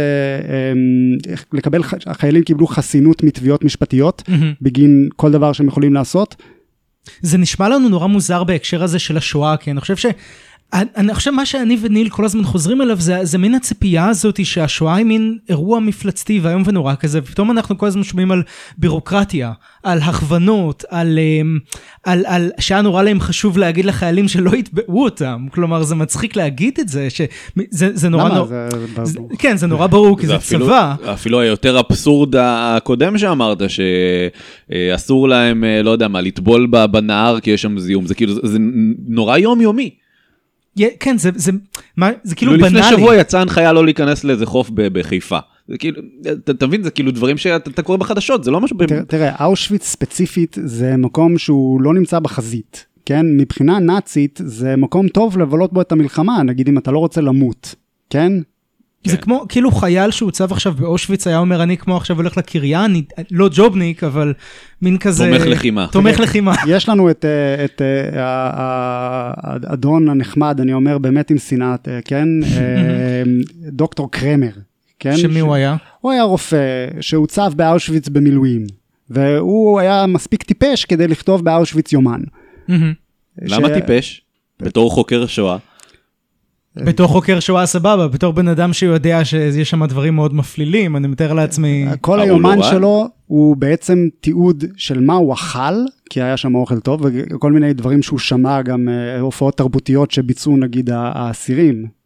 לקבל, החיילים קיבלו חסינות מתביעות משפטיות, בגין כל דבר שהם יכולים לעשות. זה נשמע לנו נורא מוזר בהקשר הזה של השואה, כי אני חושב מה שאני וניל כל הזמן חוזרים אליו, זה מין הציפייה הזאת שהשואה היא מין אירוע מפלצתי והיום ונורא כזה, ופתאום אנחנו כל הזמן שומעים על בירוקרטיה, על הכוונות, על שהיה נורא להם חשוב להגיד לחיילים שלא יתבעו אותם, כלומר זה מצחיק להגיד את זה, שזה נורא... למה? כן, זה נורא ברור, כי זה צבא. אפילו היותר אבסורד הקודם שאמרת, שאסור להם, לא יודע מה, לטבול בנהר כי יש שם זיהום, זה כאילו, זה נורא יומיומי. כן, זה כאילו בנאלי. לפני שבוע יצא הנחיה לא להיכנס לאיזה חוף בחיפה. זה כאילו, אתה מבין, זה כאילו דברים שאתה קורא בחדשות, זה לא משהו... תראה, אושוויץ ספציפית זה מקום שהוא לא נמצא בחזית, כן? מבחינה נאצית זה מקום טוב לבלות בו את המלחמה, נגיד אם אתה לא רוצה למות, כן? זה כמו, כאילו חייל שהוצב עכשיו באושוויץ, היה אומר, אני כמו עכשיו הולך לקריה, אני לא ג'ובניק, אבל מין כזה... תומך לחימה. תומך לחימה. יש לנו את האדון הנחמד, אני אומר באמת עם שנאת, כן? דוקטור קרמר. כן? שמי הוא היה? הוא היה רופא שהוצב באושוויץ במילואים, והוא היה מספיק טיפש כדי לכתוב באושוויץ יומן. למה טיפש? בתור חוקר שואה. בתור חוקר שואה סבבה, בתור בן אדם שיודע שיש שם דברים מאוד מפלילים, אני מתאר לעצמי... כל היומן שלו הוא בעצם תיעוד של מה הוא אכל, כי היה שם אוכל טוב, וכל מיני דברים שהוא שמע, גם הופעות תרבותיות שביצעו נגיד האסירים,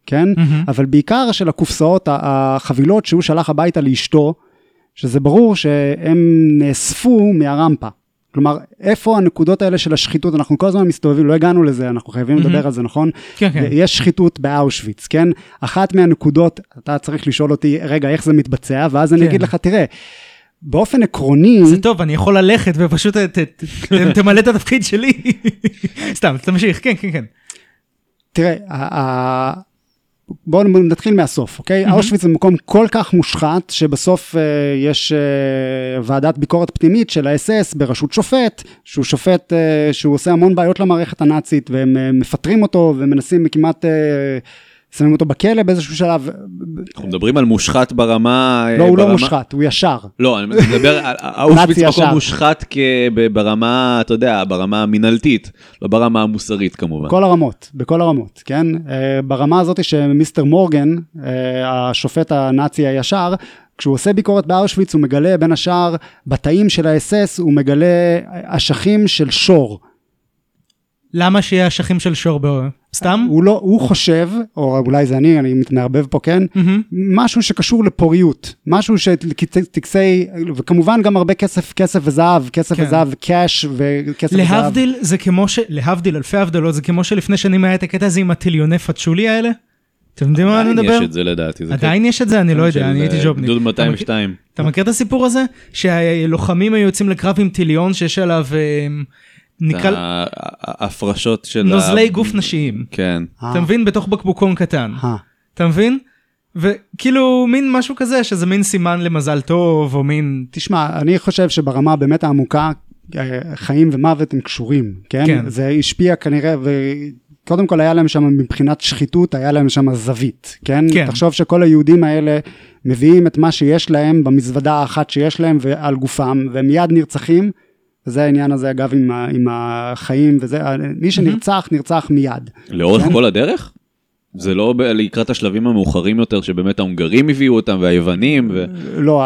כן? אבל בעיקר של הקופסאות, החבילות שהוא שלח הביתה לאשתו, שזה ברור שהם נאספו מהרמפה. כלומר, איפה הנקודות האלה של השחיתות? אנחנו כל הזמן מסתובבים, לא הגענו לזה, אנחנו חייבים לדבר על זה, נכון? כן, כן. יש שחיתות באושוויץ, כן? אחת מהנקודות, אתה צריך לשאול אותי, רגע, איך זה מתבצע? ואז אני אגיד לך, תראה, באופן עקרוני... זה טוב, אני יכול ללכת ופשוט תמלא את התפקיד שלי. סתם, תמשיך, כן, כן, כן. תראה, בואו נתחיל מהסוף, אוקיי? אושוויץ זה מקום כל כך מושחת, שבסוף יש ועדת ביקורת פנימית של ה-SS בראשות שופט, שהוא שופט שהוא עושה המון בעיות למערכת הנאצית, והם מפטרים אותו ומנסים כמעט... שמים אותו בכלא באיזשהו שלב. אנחנו מדברים על מושחת ברמה... לא, הוא לא מושחת, הוא ישר. לא, אני מדבר על אושוויץ מקום מושחת ברמה, אתה יודע, ברמה המנהלתית, לא ברמה המוסרית כמובן. בכל הרמות, כן? ברמה הזאת שמיסטר מורגן, השופט הנאצי הישר, כשהוא עושה ביקורת באושוויץ, הוא מגלה בין השאר, בתאים של ה-SS, הוא מגלה אשכים של שור. למה שיהיה אשכים של שור סתם? הוא חושב, או אולי זה אני מתמערבב פה, כן? משהו שקשור לפוריות, משהו שתקסי, וכמובן גם הרבה כסף וזהב, קאש וכסף וזהב. להבדיל, זה כמו להבדיל, אלפי הבדלות, זה כמו שלפני שנים היה את הקטע הזה עם הטיליוני פצ'ולי האלה? אתם יודעים מה אני מדבר? עדיין יש את זה לדעתי. עדיין יש את זה? אני לא יודע, אני הייתי ג'ובניק. גדוד 202. אתה מכיר את הסיפור הזה? שהלוחמים היו יוצאים לקרב עם טיליון שיש עליו... ההפרשות של... נוזלי גוף נשיים. כן. אתה מבין? בתוך בקבוקון קטן. אתה מבין? וכאילו מין משהו כזה, שזה מין סימן למזל טוב, או מין... תשמע, אני חושב שברמה באמת העמוקה, חיים ומוות הם קשורים, כן? זה השפיע כנראה, וקודם כל היה להם שם מבחינת שחיתות, היה להם שם זווית, כן? תחשוב שכל היהודים האלה מביאים את מה שיש להם, במזוודה האחת שיש להם, ועל גופם, והם מיד נרצחים, וזה העניין הזה, אגב, עם החיים, וזה, מי שנרצח, נרצח מיד. לאורך כל הדרך? זה לא לקראת השלבים המאוחרים יותר, שבאמת ההונגרים הביאו אותם, והיוונים, לא,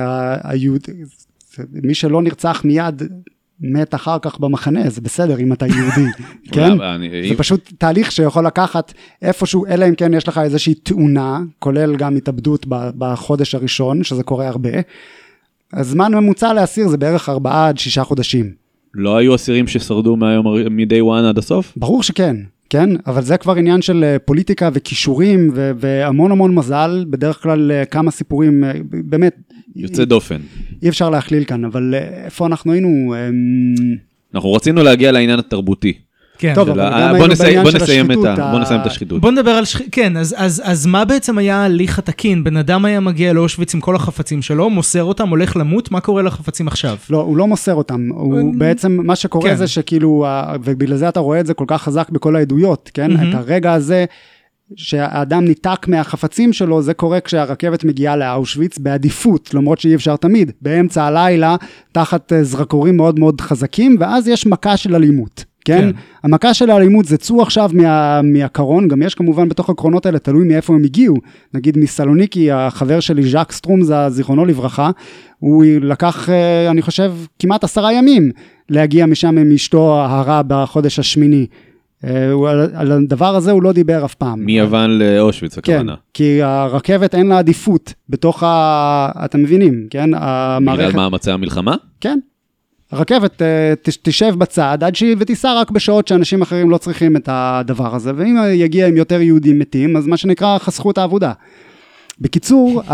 מי שלא נרצח מיד, מת אחר כך במחנה, זה בסדר אם אתה יהודי, כן? זה פשוט תהליך שיכול לקחת איפשהו, אלא אם כן יש לך איזושהי תאונה, כולל גם התאבדות בחודש הראשון, שזה קורה הרבה, הזמן ממוצע לאסיר זה בערך 4 עד 6 חודשים. לא היו אסירים ששרדו מ-day one עד הסוף? ברור שכן, כן, אבל זה כבר עניין של פוליטיקה וכישורים והמון המון מזל, בדרך כלל כמה סיפורים, באמת. יוצא דופן. אי אפשר להכליל כאן, אבל איפה אנחנו היינו? אנחנו רצינו להגיע לעניין התרבותי. כן. טוב, בוא נסיים את השחיתות. בוא נדבר על כן, אז מה בעצם היה ההליך התקין? בן אדם היה מגיע לאושוויץ עם כל החפצים שלו, מוסר אותם, הולך למות, מה קורה לחפצים עכשיו? לא, הוא לא מוסר אותם, הוא בעצם, מה שקורה זה שכאילו, ובגלל זה אתה רואה את זה כל כך חזק בכל העדויות, כן? את הרגע הזה, שהאדם ניתק מהחפצים שלו, זה קורה כשהרכבת מגיעה לאושוויץ, בעדיפות, למרות שאי אפשר תמיד, באמצע הלילה, תחת זרקורים מאוד מאוד חזקים, ואז יש מכה של אלימות. כן? המכה של האלימות זה צאו עכשיו מהקרון, גם יש כמובן בתוך הקרונות האלה, תלוי מאיפה הם הגיעו, נגיד מסלוניקי, החבר שלי ז'אק סטרום, זה זיכרונו לברכה, הוא לקח, אני חושב, כמעט 10 ימים להגיע משם עם אשתו ההרה בחודש השמיני, על הדבר הזה הוא לא דיבר אף פעם. מיוון לאושוויץ, הכוונה. כן, כי הרכבת אין לה עדיפות בתוך אתם מבינים, כן? בגלל מאמצי המלחמה? כן. הרכבת תשב בצד עד שהיא ותיסע רק בשעות שאנשים אחרים לא צריכים את הדבר הזה, ואם יגיע עם יותר יהודים מתים, אז מה שנקרא חסכו את העבודה. בקיצור,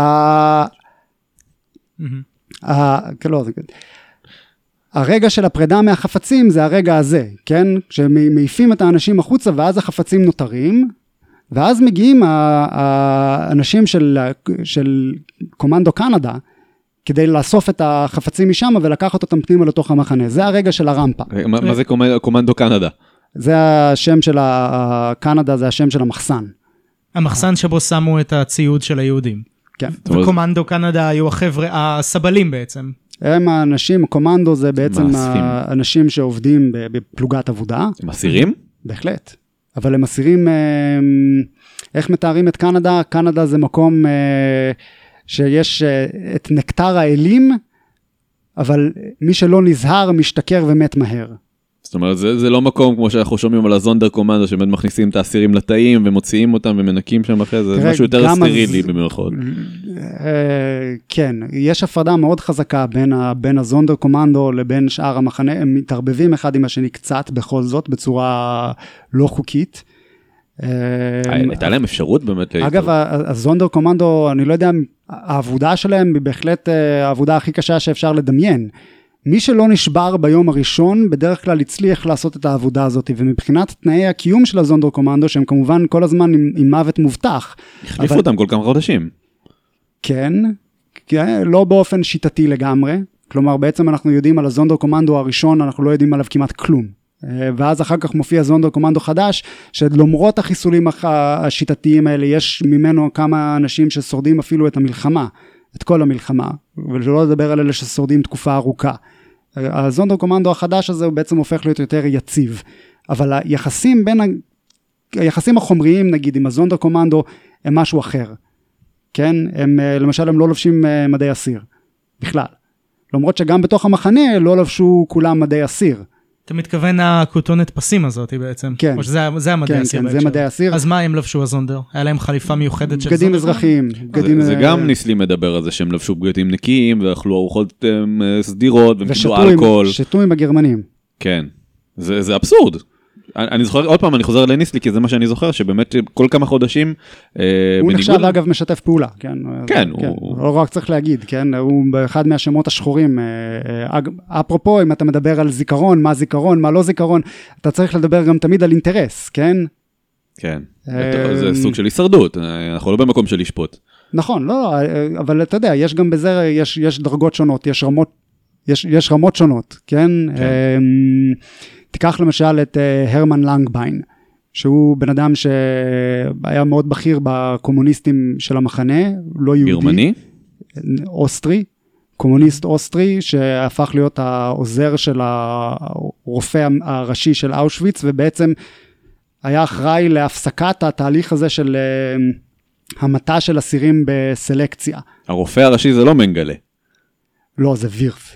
הרגע של הפרידה מהחפצים זה הרגע הזה, כן? שמעיפים את האנשים החוצה ואז החפצים נותרים, ואז מגיעים האנשים של קומנדו קנדה, כדי לאסוף את החפצים משם ולקחת אותם פנימה לתוך המחנה. זה הרגע של הרמפה. מה זה קומנדו קנדה? זה השם של קנדה, זה השם של המחסן. המחסן שבו שמו את הציוד של היהודים. כן. וקומנדו קנדה היו החבר'ה, הסבלים בעצם. הם האנשים, קומנדו זה בעצם האנשים שעובדים בפלוגת עבודה. הם אסירים? בהחלט. אבל הם אסירים, איך מתארים את קנדה? קנדה זה מקום שיש את נקטר האלים, אבל מי שלא נזהר משתכר ומת מהר. זאת אומרת, זה לא מקום כמו שאנחנו שומעים על הזונדר קומנדו, שבאמת מכניסים את האסירים לתאים ומוציאים אותם ומנקים שם אחרי זה, זה משהו יותר סטרילי במרכאות. כן, יש הפרדה מאוד חזקה בין הזונדר קומנדו לבין שאר המחנה, הם מתערבבים אחד עם השני קצת בכל זאת, בצורה לא חוקית. הייתה להם אפשרות באמת. אגב, הזונדר קומנדו, אני לא יודע, העבודה שלהם היא בהחלט העבודה הכי קשה שאפשר לדמיין. מי שלא נשבר ביום הראשון, בדרך כלל הצליח לעשות את העבודה הזאת, ומבחינת תנאי הקיום של הזונדר קומנדו, שהם כמובן כל הזמן עם מוות מובטח. החליפו אותם כל כמה חודשים. כן, לא באופן שיטתי לגמרי, כלומר בעצם אנחנו יודעים על הזונדר קומנדו הראשון, אנחנו לא יודעים עליו כמעט כלום. ואז אחר כך מופיע זונדר קומנדו חדש, שלמרות החיסולים השיטתיים האלה, יש ממנו כמה אנשים ששורדים אפילו את המלחמה, את כל המלחמה, ולא לדבר על אלה ששורדים תקופה ארוכה. הזונדר קומנדו החדש הזה הוא בעצם הופך להיות יותר יציב, אבל היחסים החומריים נגיד עם הזונדר קומנדו הם משהו אחר, כן? למשל הם לא לובשים מדי אסיר, בכלל. למרות שגם בתוך המחנה לא לבשו כולם מדי אסיר. אתה מתכוון הכותונת פסים הזאת בעצם? כן. או שזה המדי אסיר בהקשר. כן, זה מדי אסיר. אז מה הם לבשו הזונדר? היה להם חליפה מיוחדת של בגדים אזרחיים. זה גם ניסלי מדבר על זה שהם לבשו בגדים נקיים, ואכלו ארוחות סדירות, וקיבלו אלכוהול. ושתו עם הגרמנים. כן. זה אבסורד. אני זוכר, עוד פעם אני חוזר לניסלי, כי זה מה שאני זוכר, שבאמת כל כמה חודשים... הוא נחשב אגב משתף פעולה, כן? כן. לא רק צריך להגיד, כן? הוא באחד מהשמות השחורים. אפרופו, אם אתה מדבר על זיכרון, מה לא זיכרון, אתה צריך לדבר גם תמיד על אינטרס, כן? כן. זה סוג של הישרדות, אנחנו לא במקום של לשפוט. נכון, לא, אבל אתה יודע, יש גם בזה, יש דרגות שונות, יש רמות שונות, כן? תיקח למשל את הרמן לנגביין, שהוא בן אדם שהיה מאוד בכיר בקומוניסטים של המחנה, לא יהודי. גרמני? אוסטרי, קומוניסט אוסטרי, שהפך להיות העוזר של הרופא הראשי של אושוויץ, ובעצם היה אחראי להפסקת התהליך הזה של המתה של אסירים בסלקציה. הרופא הראשי זה לא מנגלה. לא, זה וירף.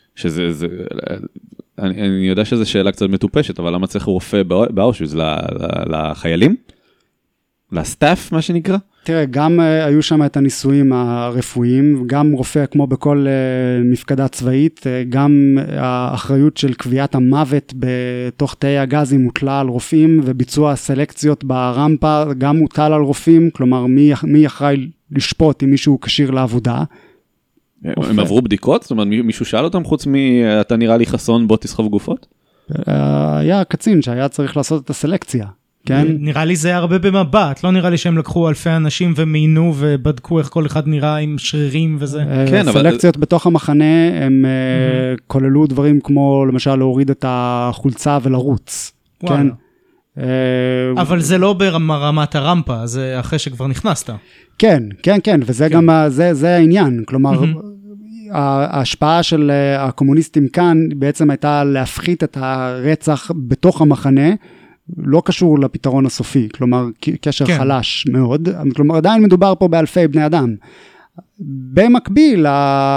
אני יודע שזו שאלה קצת מטופשת, אבל למה צריך רופא באושוויץ? לחיילים? לסטאפ, מה שנקרא? תראה, גם היו שם את הניסויים הרפואיים, גם רופא כמו בכל מפקדה צבאית, גם האחריות של קביעת המוות בתוך תאי הגזים מוטלה על רופאים, וביצוע סלקציות ברמפה גם מוטל על רופאים, כלומר מי אחראי לשפוט אם מישהו כשיר לעבודה. הם עברו בדיקות? זאת אומרת, מישהו שאל אותם חוץ אתה נראה לי חסון בוא תסחוב גופות? היה קצין שהיה צריך לעשות את הסלקציה, כן? נראה לי זה הרבה במבט, לא נראה לי שהם לקחו אלפי אנשים ומיינו ובדקו איך כל אחד נראה עם שרירים וזה. כן, סלקציות בתוך המחנה הם כוללו דברים כמו למשל להוריד את החולצה ולרוץ, כן? אבל זה לא ברמת הרמפה, זה אחרי שכבר נכנסת. כן, כן, כן, וזה גם, זה העניין, כלומר, ההשפעה של הקומוניסטים כאן בעצם הייתה להפחית את הרצח בתוך המחנה, לא קשור לפתרון הסופי, כלומר, קשר חלש מאוד, כלומר, עדיין מדובר פה באלפי בני אדם. במקביל,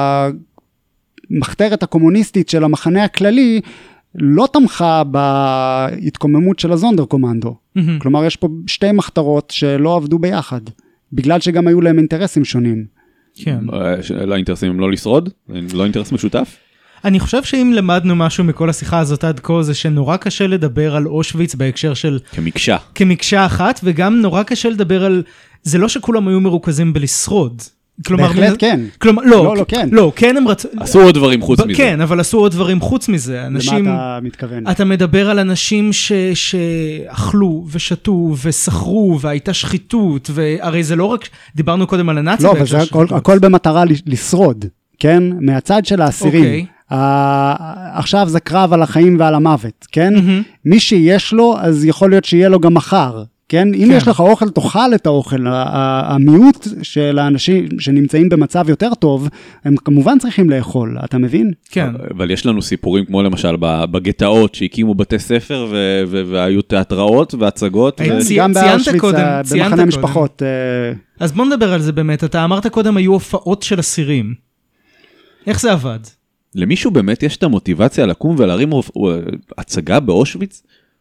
המחתרת הקומוניסטית של המחנה הכללי, לא תמכה בהתקוממות של הזונדר קומנדו. כלומר, יש פה שתי מחתרות שלא עבדו ביחד, בגלל שגם היו להם אינטרסים שונים. כן. לאינטרסים הם לא לשרוד? לא אינטרס משותף? אני חושב שאם למדנו משהו מכל השיחה הזאת עד כה, זה שנורא קשה לדבר על אושוויץ בהקשר של... כמקשה. כמקשה אחת, וגם נורא קשה לדבר על... זה לא שכולם היו מרוכזים בלשרוד. בהחלט כן. כלומר, לא, כן. לא, כן הם רצו... עשו עוד דברים חוץ מזה. כן, אבל עשו עוד דברים חוץ מזה. אנשים... למה אתה מתכוון? אתה מדבר על אנשים שאכלו ושתו וסחרו, והייתה שחיתות, והרי זה לא רק... דיברנו קודם על הנאצים. לא, אבל זה הכל במטרה לשרוד, כן? מהצד של האסירים. עכשיו זה קרב על החיים ועל המוות, כן? מי שיש לו, אז יכול להיות שיהיה לו גם מחר. כן? אם יש לך אוכל, תאכל את האוכל. המיעוט של האנשים שנמצאים במצב יותר טוב, הם כמובן צריכים לאכול, אתה מבין? כן. אבל יש לנו סיפורים כמו למשל בגטאות שהקימו בתי ספר והיו תיאטראות והצגות. גם באושוויץ, במחנה משפחות. אז בוא נדבר על זה באמת. אתה אמרת קודם, היו הופעות של אסירים. איך זה עבד? למישהו באמת יש את המוטיבציה לקום ולהרים הצגה באושוויץ?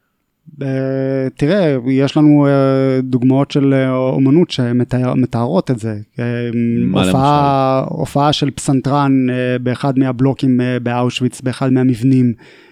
תראה, יש לנו דוגמאות של אומנות שמתארות את זה. הופעה של פסנתרן באחד מהבלוקים באושוויץ, באחד מהמבנים,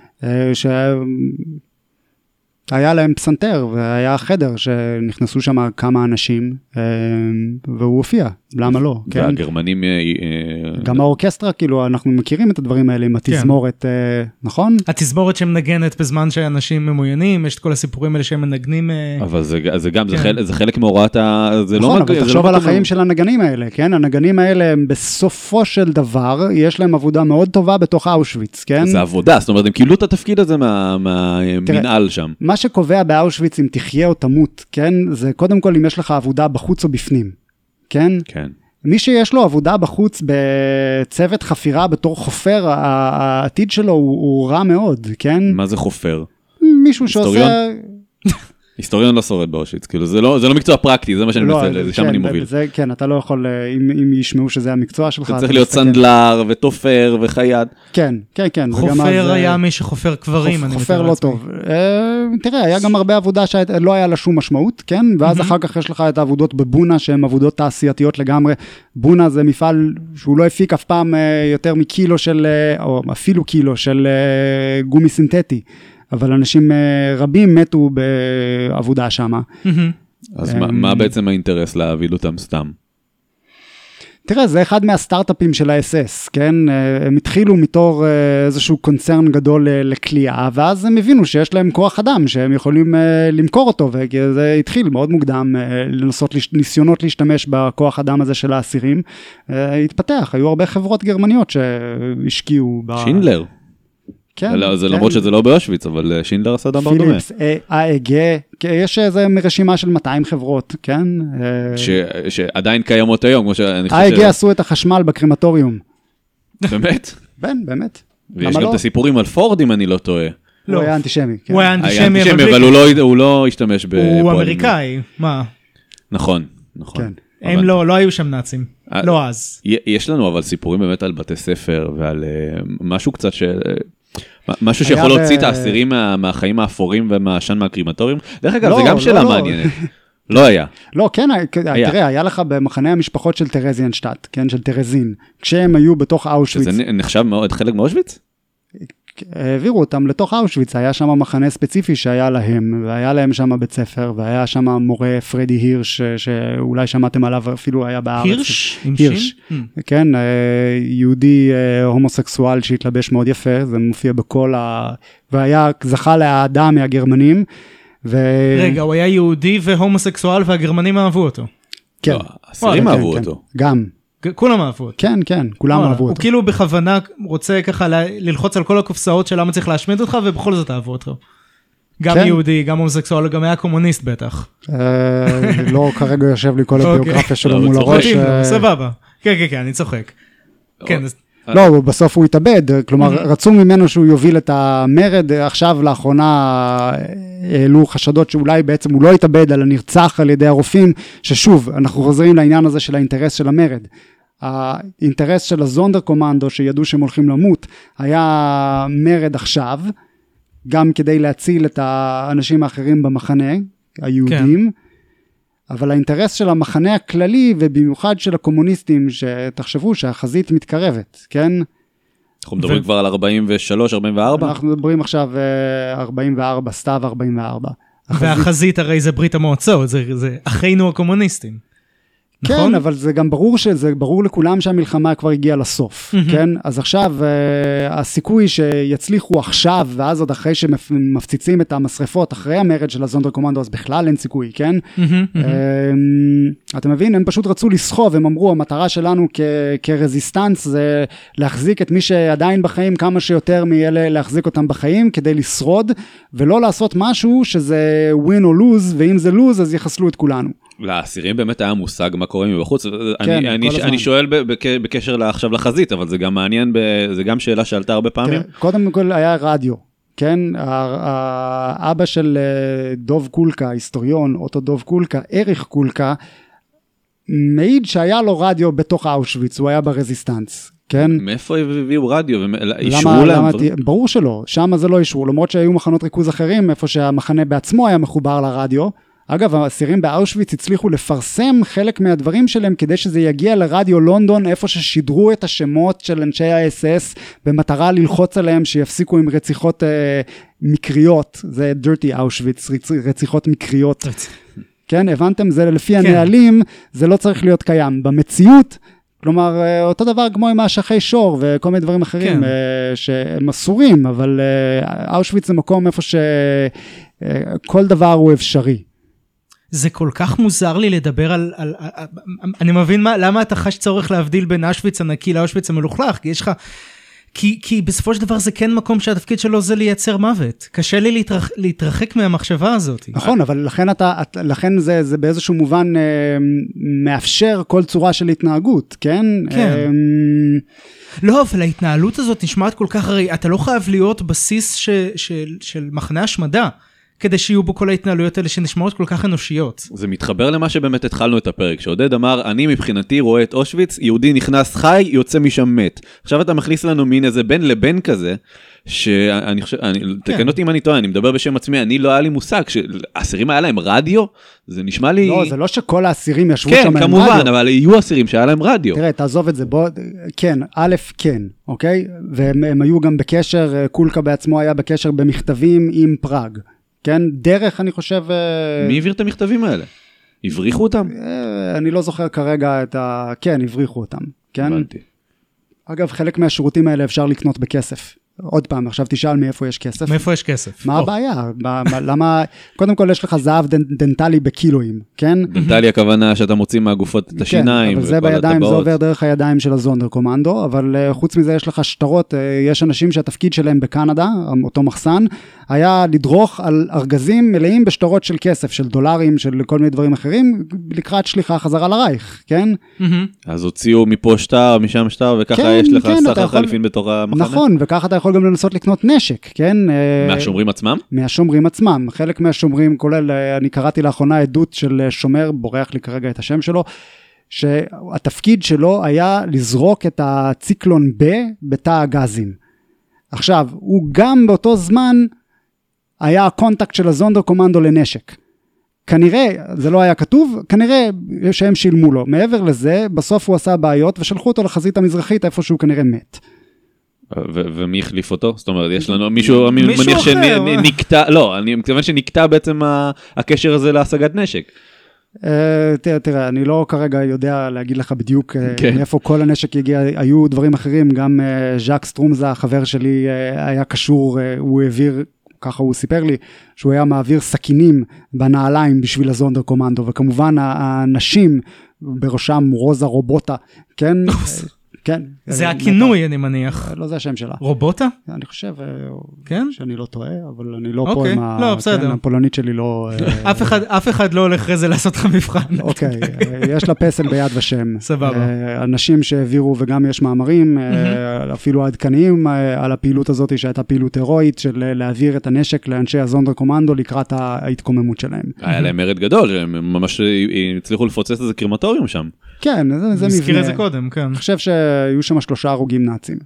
היה להם פסנתר, והיה חדר שנכנסו שם כמה אנשים, והוא הופיע, למה לא? והגרמנים... גם האורקסטרה, כאילו, אנחנו מכירים את הדברים האלה עם התזמורת, נכון? התזמורת שמנגנת בזמן שאנשים ממוינים, יש את כל הסיפורים האלה שהם מנגנים... אבל זה גם, זה חלק מהוראת ה... נכון, אבל תחשוב על החיים של הנגנים האלה, כן? הנגנים האלה, הם בסופו של דבר, יש להם עבודה מאוד טובה בתוך אושוויץ, כן? זה עבודה, זאת אומרת, הם קיבלו את התפקיד הזה מהמנהל שם. מה שקובע באושוויץ אם תחיה או תמות, כן? זה קודם כל אם יש לך עבודה בחוץ או בפנים, כן? כן. מי שיש לו עבודה בחוץ בצוות חפירה בתור חופר, העתיד שלו הוא רע מאוד, כן? מה זה חופר? מישהו שעושה... היסטוריון לא שורד באושוויץ, כאילו זה לא מקצוע פרקטי, זה מה שאני מנסה, זה שם אני מוביל. כן, אתה לא יכול, אם ישמעו שזה המקצוע שלך... אתה צריך להיות סנדלר ותופר וחייד. כן, כן, כן. חופר היה מי שחופר קברים, אני מתאר חופר לא טוב. תראה, היה גם הרבה עבודה שלא היה לה שום משמעות, כן? ואז אחר כך יש לך את העבודות בבונה, שהן עבודות תעשייתיות לגמרי. בונה זה מפעל שהוא לא הפיק אף פעם יותר מקילו של, או אפילו קילו של גומי סינתטי. אבל אנשים רבים מתו בעבודה שמה. אז מה בעצם האינטרס להביא אותם סתם? תראה, זה אחד מהסטארט-אפים של ה-SS, כן? הם התחילו מתור איזשהו קונצרן גדול לקליעה, ואז הם הבינו שיש להם כוח אדם, שהם יכולים למכור אותו, וזה התחיל מאוד מוקדם, ניסיונות להשתמש בכוח אדם הזה של האסירים, התפתח, היו הרבה חברות גרמניות שהשקיעו שינדלר. כן, זה למרות שזה לא באושוויץ, אבל שינדלר עשה דבר דומה. פיליפס, AEG, יש איזה רשימה של 200 חברות, כן? שעדיין קיימות היום, כמו שאני חושב... AEG עשו את החשמל בקרימטוריום. באמת? באמת. ויש גם את הסיפורים על פורד, אם אני לא טועה. הוא היה אנטישמי. הוא היה אנטישמי, אבל הוא לא השתמש בפועלים. הוא אמריקאי, מה? נכון. הם לא היו שם נאצים, לא אז. יש לנו אבל סיפורים באמת על בתי ספר ועל משהו קצת משהו שיכול להוציא את האסירים מהחיים האפורים ומהעשן מהקרימטוריום. דרך אגב, זה גם שאלה מעניינת. לא היה. לא, כן, תראה, היה לך במחנה המשפחות של טרזיאנשטאט, כן, של טרזין, כשהם היו בתוך אושוויץ. שזה נחשב מאוד חלק מאושוויץ? העבירו אותם לתוך אושוויץ, היה שם מחנה ספציפי שהיה להם, והיה להם שם בית ספר, והיה שם מורה פרדי הירש, שאולי שמעתם עליו, אפילו היה בארץ. הירש? הירש, כן, יהודי הומוסקסואל שהתלבש מאוד יפה, זה מופיע בכל והיה זכה להעדה מהגרמנים. רגע, הוא היה יהודי והומוסקסואל והגרמנים אהבו אותו. כן. האסירים אהבו אותו. גם. כולם אהבו אותו. כן, כן, כולם אהבו אותו. הוא כאילו בכוונה רוצה ככה ללחוץ על כל הקופסאות של למה צריך להשמיד אותך, ובכל זאת אהבו אותו. גם יהודי, גם הומוסקסואל, גם היה קומוניסט בטח. לא, כרגע יושב לי כל הביוגרפיה שלו מול הראש. סבבה. כן, כן, כן, אני צוחק. לא, בסוף הוא התאבד, כלומר, רצו ממנו שהוא יוביל את המרד, עכשיו לאחרונה העלו חשדות שאולי בעצם הוא לא התאבד, אלא נרצח על ידי הרופאים, ששוב, אנחנו חוזרים לעניין הזה של האינטרס של המרד. האינטרס של הזונדר קומנדו, שידעו שהם הולכים למות, היה מרד עכשיו, גם כדי להציל את האנשים האחרים במחנה, היהודים, אבל האינטרס של המחנה הכללי, ובמיוחד של הקומוניסטים, שתחשבו שהחזית מתקרבת, כן? אנחנו מדברים כבר על 43, 44? אנחנו מדברים עכשיו 44, סתיו 44. והחזית הרי זה ברית המועצות, זה אחינו הקומוניסטים. כן, אבל זה גם ברור לכולם שהמלחמה כבר הגיעה לסוף, כן? אז עכשיו, הסיכוי שיצליחו עכשיו, ואז עוד אחרי שמפציצים את המשרפות, אחרי המרד של הזונדר קומנדו, אז בכלל אין סיכוי, כן? אתה מבין? הם פשוט רצו לסחוב, הם אמרו, המטרה שלנו כרזיסטנס, זה להחזיק את מי שעדיין בחיים, כמה שיותר מאלה להחזיק אותם בחיים, כדי לשרוד, ולא לעשות משהו שזה win or lose, ואם זה lose, אז יחסלו את כולנו. לאסירים באמת היה מושג מה קורה מבחוץ, אני שואל בקשר עכשיו לחזית, אבל זה גם מעניין, זה גם שאלה שעלתה הרבה פעמים. קודם כל היה רדיו, כן, האבא של דוב קולקה, היסטוריון, אותו דוב קולקה, אריך קולקה, מעיד שהיה לו רדיו בתוך אושוויץ, הוא היה ברזיסטנס, כן? מאיפה הביאו רדיו? אישרו להם? ברור שלא, שם זה לא אישרו, למרות שהיו מחנות ריכוז אחרים, איפה שהמחנה בעצמו היה מחובר לרדיו. אגב, האסירים באושוויץ הצליחו לפרסם חלק מהדברים שלהם, כדי שזה יגיע לרדיו לונדון, איפה ששידרו את השמות של אנשי ה-SS, במטרה ללחוץ עליהם שיפסיקו עם רציחות מקריות, זה dirty אושוויץ, רציחות מקריות. כן, הבנתם? זה לפי הנהלים, זה לא צריך להיות קיים. במציאות, כלומר, אותו דבר כמו עם האשכי שור וכל מיני דברים אחרים שהם אסורים, אבל אושוויץ זה מקום איפה שכל דבר הוא אפשרי. זה כל כך מוזר לי לדבר על אני מבין למה אתה חש צורך להבדיל בין אושוויץ הנקי לאושוויץ המלוכלך, כי יש לך, כי בסופו של דבר זה כן מקום שהתפקיד שלו זה לייצר מוות. קשה לי להתרחק מהמחשבה הזאת. נכון, אבל לכן זה באיזשהו מובן מאפשר כל צורה של התנהגות, כן? כן. לא, אבל ההתנהלות הזאת נשמעת כל כך, הרי אתה לא חייב להיות בסיס של מחנה השמדה, כדי שיהיו בו כל ההתנהלויות האלה שנשמעות כל כך אנושיות. זה מתחבר למה שבאמת התחלנו את הפרק, שעודד אמר, אני מבחינתי רואה את אושוויץ, יהודי נכנס חי, יוצא משם מת. עכשיו אתה מכניס לנו מין איזה בין לבין כזה, שאני חושב, תקן אותי אם אני טועה, אני מדבר בשם עצמי, אני לא היה לי מושג, שהאסירים היה להם רדיו, זה נשמע לי... לא, זה לא שכל האסירים ישבו שם עם רדיו. כן, כמובן, אבל יהיו אסירים שהיה להם רדיו. תראה, תעזוב את זה, בוא, כן, א', כן, אוקיי? והם היו גם בקשר, קולקה בעצמו היה בקשר במכתבים עם פראג. כן, דרך אני חושב... מי העביר את המכתבים האלה? הבריחו אותם? אני לא זוכר כרגע את ה... כן, הבריחו אותם, כן? הבנתי. אגב, חלק מהשירותים האלה אפשר לקנות בכסף. עוד פעם, עכשיו תשאל מאיפה יש כסף. מאיפה יש כסף? מה הבעיה? למה... קודם כל יש לך זהב דנטלי בקילואים, כן? דנטלי הכוונה שאתה מוציא מהגופות את השיניים. כן, אבל זה בידיים, זה עובר דרך הידיים של הזונדר קומנדו, אבל חוץ מזה יש לך שטרות, יש אנשים שהתפקיד שלהם בקנדה, אותו מחסן, היה לדרוך על ארגזים מלאים בשטרות של כסף, של דולרים, של כל מיני דברים אחרים, לקראת שליחה חזרה לרייך, כן? אז הוציאו מפה שטר, משם שטר, וככה יש לך סחר חליפין בתוך המחנה? נכון, וככה אתה יכול גם לנסות לקנות נשק, כן? מהשומרים עצמם? מהשומרים עצמם. חלק מהשומרים, כולל, אני קראתי לאחרונה עדות של שומר, בורח לי כרגע את השם שלו, שהתפקיד שלו היה לזרוק את הציקלון בתא הגזים. עכשיו, הוא גם באותו זמן היה הקונטקט של הזונדר קומנדו לנשק. כנראה, זה לא היה כתוב, כנראה שהם שילמו לו. מעבר לזה, בסוף הוא עשה בעיות ושלחו אותו לחזית המזרחית, איפה שהוא כנראה מת. ומי החליף אותו? זאת אומרת, יש לנו מישהו מניח שנקטע, לא, אני מתכוון שנקטע בעצם הקשר הזה להשגת נשק. תראה, אני לא כרגע יודע להגיד לך בדיוק מאיפה כל הנשק הגיע, היו דברים אחרים, גם ז'אק סטרומזה, החבר שלי, היה קשור, הוא העביר, ככה הוא סיפר לי, שהוא היה מעביר סכינים בנעליים בשביל הזונדר קומנדו, וכמובן האנשים, בראשם רוזה רובוטה, כן? כן. זה הכינוי, אני מניח. לא, זה השם שלה. רובוטה? אני חושב כן? שאני לא טועה, אבל אני לא פה עם הפולנית שלי לא... אף אחד לא הולך אחרי זה לעשות לך מבחן. אוקיי, יש לה פסל ביד ושם. סבבה. אנשים שהעבירו, וגם יש מאמרים, אפילו עדכניים על הפעילות הזאת, שהייתה פעילות הירואית של להעביר את הנשק לאנשי הזונדר קומנדו לקראת ההתקוממות שלהם. היה להם מרד גדול, שהם ממש הצליחו לפוצץ את זה קרמטוריום שם. כן, זה מבנה. נזכיר את זה קודם, כן. אני חושב שהיו שם 3 הרוגים נאצים.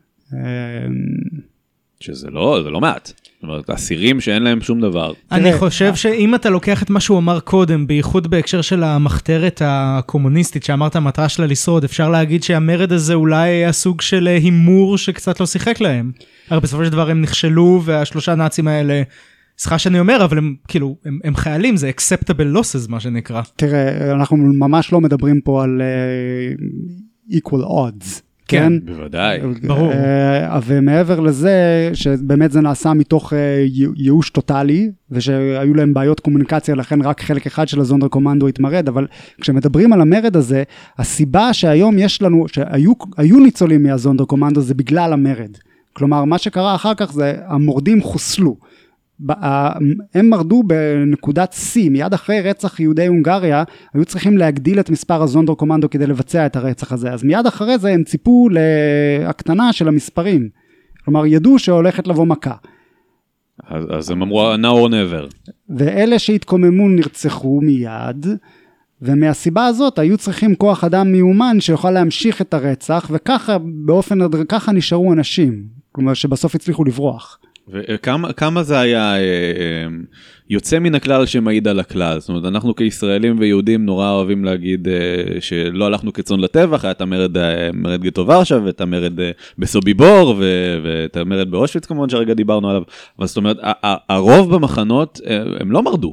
שזה לא מעט. זאת אומרת, אסירים שאין להם שום דבר. אני חושב שאם אתה לוקח את מה שהוא אמר קודם, בייחוד בהקשר של המחתרת הקומוניסטית, שאמרת המטרה שלה לשרוד, אפשר להגיד שהמרד הזה אולי היה סוג של הימור שקצת לא שיחק להם. הרי בסופו של דבר הם נכשלו, והשלושה נאצים האלה, סליחה שאני אומר, אבל הם כאילו, הם חיילים, זה acceptable losses, מה שנקרא. תראה, אנחנו ממש לא מדברים פה על equal odds. כן, בוודאי. ברור. ומעבר לזה, שבאמת זה נעשה מתוך ייאוש טוטלי, ושהיו להם בעיות קומוניקציה, לכן רק חלק אחד של הזונדר קומנדו התמרד, אבל כשמדברים על המרד הזה, הסיבה שהיום יש לנו, שהיו ניצולים מהזונדר קומנדו, זה בגלל המרד. כלומר, מה שקרה אחר כך זה, המורדים חוסלו. הם מרדו בנקודת C, מיד אחרי רצח יהודי הונגריה, היו צריכים להגדיל את מספר הזונדר קומנדו כדי לבצע את הרצח הזה, אז מיד אחרי זה הם ציפו להקטנה של המספרים, כלומר ידעו שהולכת לבוא מכה. אז הם אמרו now or never. ואלה שהתקוממו נרצחו מיד, ומהסיבה הזאת היו צריכים כוח אדם מיומן שיוכל להמשיך את הרצח, וככה ככה נשארו אנשים, כלומר שבסוף הצליחו לברוח. וכמה זה היה יוצא מן הכלל שמעיד על הכלל? זאת אומרת, אנחנו כישראלים ויהודים נורא אוהבים להגיד שלא הלכנו כצאן לטבח, היה את המרד גטו ורשה, ואת המרד בסוביבור, ואת המרד באושוויץ כמובן שהרגע דיברנו עליו, אבל זאת אומרת, הרוב במחנות הם לא מרדו.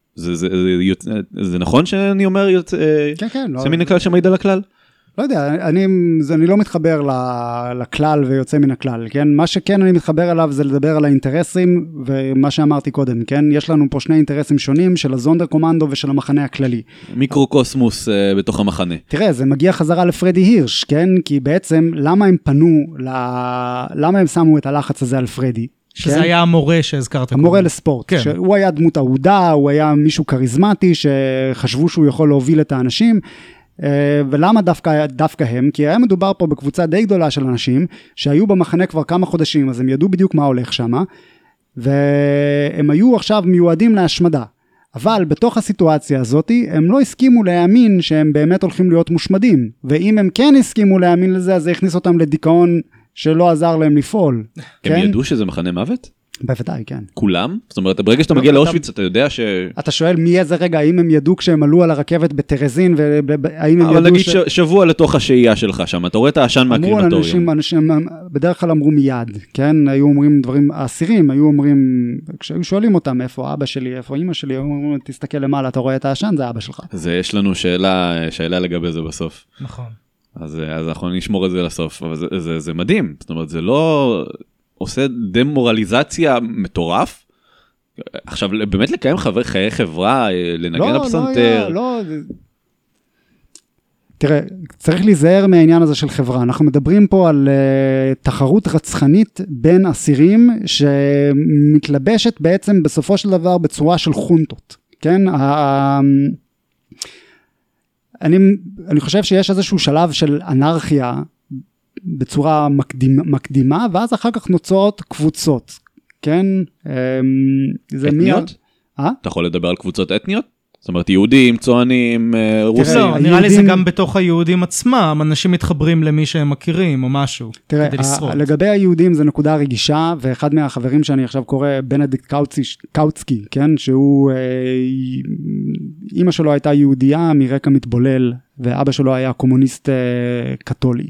זה נכון שאני אומר יוצא מן הכלל שמעיד על הכלל? לא יודע, אני לא מתחבר לכלל ויוצא מן הכלל, כן? מה שכן אני מתחבר אליו זה לדבר על האינטרסים, ומה שאמרתי קודם, כן? יש לנו פה שני אינטרסים שונים, של הזונדר קומנדו ושל המחנה הכללי. מיקרוקוסמוס בתוך המחנה. תראה, זה מגיע חזרה לפרדי הירש, כן? כי בעצם, למה הם פנו, למה הם שמו את הלחץ הזה על פרדי? שזה כן? היה המורה שהזכרת. המורה לספורט. כן. שהוא היה דמות אהודה, הוא היה מישהו קריזמטי, שחשבו שהוא יכול להוביל את האנשים, ולמה דווקא הם? כי היה מדובר פה בקבוצה די גדולה של אנשים, שהיו במחנה כבר כמה חודשים, אז הם ידעו בדיוק מה הולך שם, והם היו עכשיו מיועדים להשמדה. אבל בתוך הסיטואציה הזאת, הם לא הסכימו להאמין שהם באמת הולכים להיות מושמדים, ואם הם כן הסכימו להאמין לזה, אז זה הכניס אותם לדיכאון שלא עזר להם לפעול. הם כן? ידעו שזה מחנה מוות? בוודאי, כן. כולם? זאת אומרת, ברגע שאתה מגיע לאושוויץ, אתה יודע ש... אתה שואל מי איזה רגע, האם הם ידעו כשהם עלו על הרכבת בטרזין, והאם הם ידעו... אבל נגיד שבוע לתוך השהייה שלך שם, אתה רואה את העשן מהקרימטוריום. אנשים בדרך כלל אמרו מיד, כן? היו אומרים דברים, האסירים היו אומרים, כשהיו שואלים אותם, איפה אבא שלי, איפה אמא שלי, היו אומרים, תסתכל למעלה, אתה רואה את העשן, זה אבא שלך. אז יש לנו שאלה לגבי זה בסוף. נכון. אז אנחנו נשמור את זה לסוף, אבל זה מדהים, זאת אומרת, זה לא... עושה דמורליזציה מטורף. עכשיו, באמת לקיים חיי חברה, לנגן הפסנתר. לא. תראה, צריך להיזהר מהעניין הזה של חברה. אנחנו מדברים פה על תחרות רצחנית בין אסירים, שמתלבשת בעצם בסופו של דבר בצורה של חונטות. כן? אני חושב שיש איזשהו שלב של אנרכיה, בצורה מקדימה, ואז אחר כך נוצרות קבוצות, כן? אתניות? אתה יכול לדבר על קבוצות אתניות? זאת אומרת, יהודים, צוענים, רוסים. לא, נראה לי זה גם בתוך היהודים עצמם, אנשים מתחברים למי שהם מכירים או משהו, כדי לשרוד. לגבי היהודים זה נקודה רגישה, ואחד מהחברים שאני עכשיו קורא, בנדיקט קאוצקי, כן? שהוא, אמא שלו הייתה יהודייה מרקע מתבולל, ואבא שלו היה קומוניסט קתולי.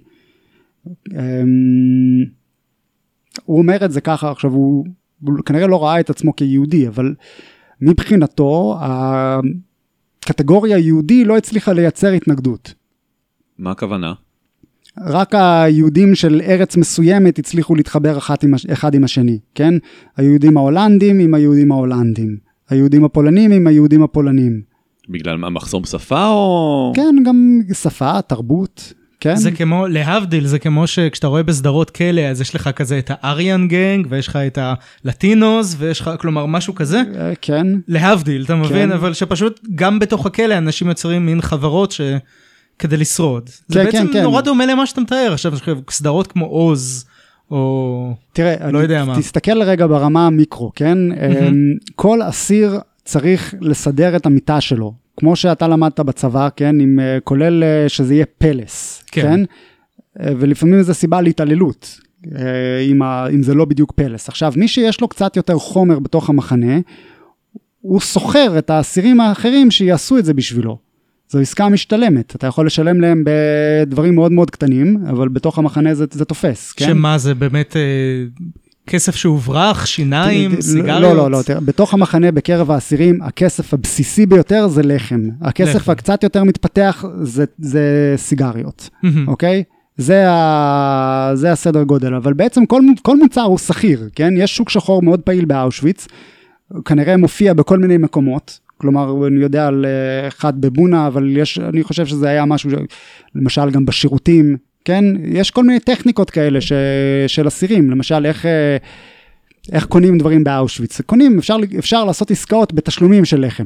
הוא אומר את זה ככה, עכשיו הוא כנראה לא ראה את עצמו כיהודי, אבל מבחינתו הקטגוריה יהודי לא הצליחה לייצר התנגדות. מה הכוונה? רק היהודים של ארץ מסוימת הצליחו להתחבר אחד עם השני, כן? היהודים ההולנדים עם היהודים ההולנדים, היהודים הפולנים עם היהודים הפולנים. בגלל מחסום שפה או? כן, גם שפה, תרבות. כן. זה כמו, להבדיל, זה כמו שכשאתה רואה בסדרות כאלה, אז יש לך כזה את האריאן גנג, ויש לך את הלטינוס, ויש לך, כלומר, משהו כזה. כן. להבדיל, אתה מבין? אבל שפשוט גם בתוך הכלא, אנשים יוצרים מין חברות כדי לשרוד. זה בעצם נורא דומה למה שאתה מתאר. עכשיו, סדרות כמו עוז, או תראה, לא יודע מה. תסתכל רגע ברמה המיקרו, כן? כל אסיר צריך לסדר את המיטה שלו. כמו שאתה למדת בצבא, כן, כולל שזה יהיה פלס, כן? ולפעמים זה סיבה להתעללות, אם זה לא בדיוק פלס. עכשיו, מי שיש לו קצת יותר חומר בתוך המחנה, הוא סוחר את האסירים האחרים שיעשו את זה בשבילו. זו עסקה משתלמת, אתה יכול לשלם להם בדברים מאוד מאוד קטנים, אבל בתוך המחנה זה תופס, כן? שמה זה באמת... כסף שהוברח, שיניים, סיגריות? לא, בתוך המחנה, בקרב האסירים, הכסף הבסיסי ביותר זה לחם. הכסף הקצת יותר מתפתח זה סיגריות, אוקיי? זה הסדר גודל, אבל בעצם כל מוצר הוא שכיר, כן? יש שוק שחור מאוד פעיל באושוויץ, כנראה מופיע בכל מיני מקומות, כלומר, אני יודע על אחד בבונה, אבל אני חושב שזה היה משהו, למשל גם בשירותים, כן, יש כל מיני טכניקות כאלה של אסירים, למשל איך קונים דברים באושוויץ. קונים, אפשר לעשות עסקאות בתשלומים של לחם.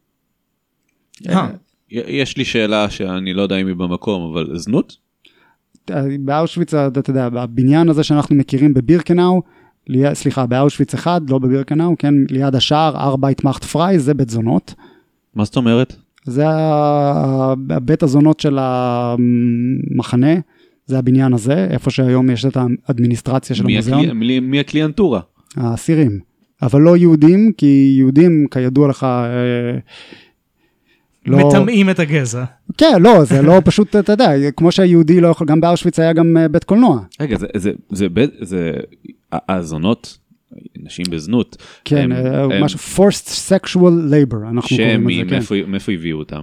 יש לי שאלה שאני לא יודע אם היא במקום, אבל זנות? באושוויץ, אתה יודע, בבניין הזה שאנחנו מכירים בבירקנאו, סליחה, באושוויץ 1, לא בבירקנאו, כן, ליד השער, ארבייט מאכט פריי, זה בית זונות. מה זאת אומרת? זה בית הזונות של המחנה, זה הבניין הזה, איפה שהיום יש את האדמיניסטרציה של המוזיאון. מי הקליינטורה? האסירים, אבל לא יהודים, כי יהודים, כידוע לך, לא... מטמאים את הגזע. כן, לא, זה לא פשוט, אתה יודע, כמו שהיהודי לא יכול, גם באושוויץ היה גם בית קולנוע. רגע, זה הזונות, נשים בזנות. כן, משהו, forced sexual labor, אנחנו קוראים לזה, כן. מאיפה הביאו אותם?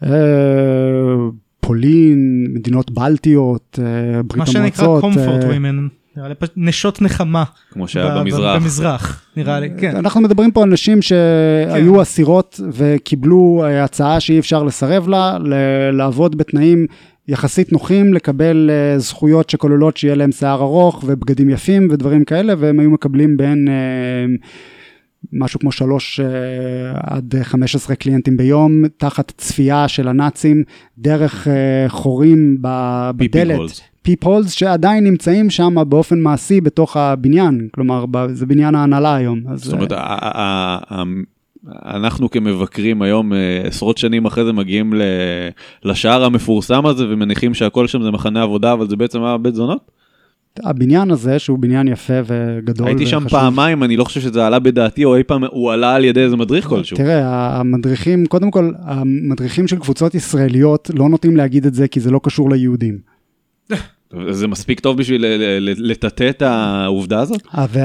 פולין, מדינות בלטיות, ברית המועצות. מה שנקרא comfort women. נראה לי נשות נחמה. כמו שהיה במזרח. במזרח, נראה לי, כן. אנחנו מדברים פה על נשים שהיו אסירות וקיבלו הצעה שאי אפשר לסרב לה, לעבוד בתנאים יחסית נוחים, לקבל זכויות שכוללות שיהיה להם שיער ארוך ובגדים יפים ודברים כאלה, והם היו מקבלים בין משהו כמו 3 עד 15 קליינטים ביום, תחת צפייה של הנאצים, דרך חורים בדלת. פיפולס שעדיין נמצאים שם באופן מעשי בתוך הבניין, כלומר, זה בניין ההנהלה היום. זאת אומרת, אנחנו כמבקרים היום, עשרות שנים אחרי זה מגיעים לשער המפורסם הזה, ומניחים שהכל שם זה מחנה עבודה, אבל זה בעצם היה בית זונות? הבניין הזה, שהוא בניין יפה וגדול. הייתי שם פעמיים, אני לא חושב שזה עלה בדעתי, או אי פעם הוא עלה על ידי איזה מדריך כלשהו. תראה, המדריכים, קודם כל, המדריכים של קבוצות ישראליות לא נוטים להגיד את זה, כי זה לא קשור ליהודים. זה מספיק טוב בשביל לטאטא את העובדה הזאת?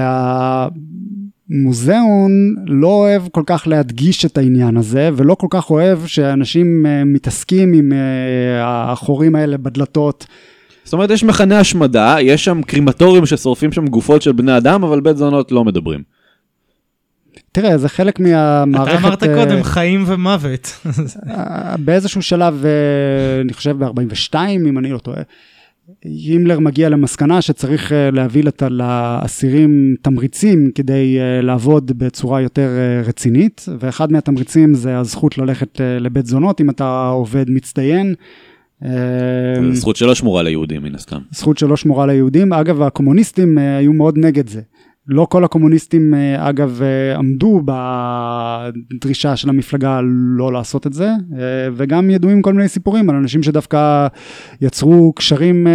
והמוזיאון לא אוהב כל כך להדגיש את העניין הזה, ולא כל כך אוהב שאנשים מתעסקים עם החורים האלה בדלתות. זאת אומרת, יש מחנה השמדה, יש שם קרימטורים ששורפים שם גופות של בני אדם, אבל בית זונות לא מדברים. תראה, זה חלק מהמערכת... אתה אמרת קודם, חיים ומוות. באיזשהו שלב, אני חושב ב-42, אם אני לא טועה, הימלר מגיע למסקנה שצריך להביא לאסירים תמריצים כדי לעבוד בצורה יותר רצינית, ואחד מהתמריצים זה הזכות ללכת לבית זונות, אם אתה עובד מצטיין. זכות שלא שמורה ליהודים, מן הסתם. זכות שלא שמורה ליהודים. אגב, הקומוניסטים היו מאוד נגד זה. לא כל הקומוניסטים, אגב, עמדו בדרישה של המפלגה לא לעשות את זה, וגם ידועים כל מיני סיפורים על אנשים שדווקא יצרו קשרים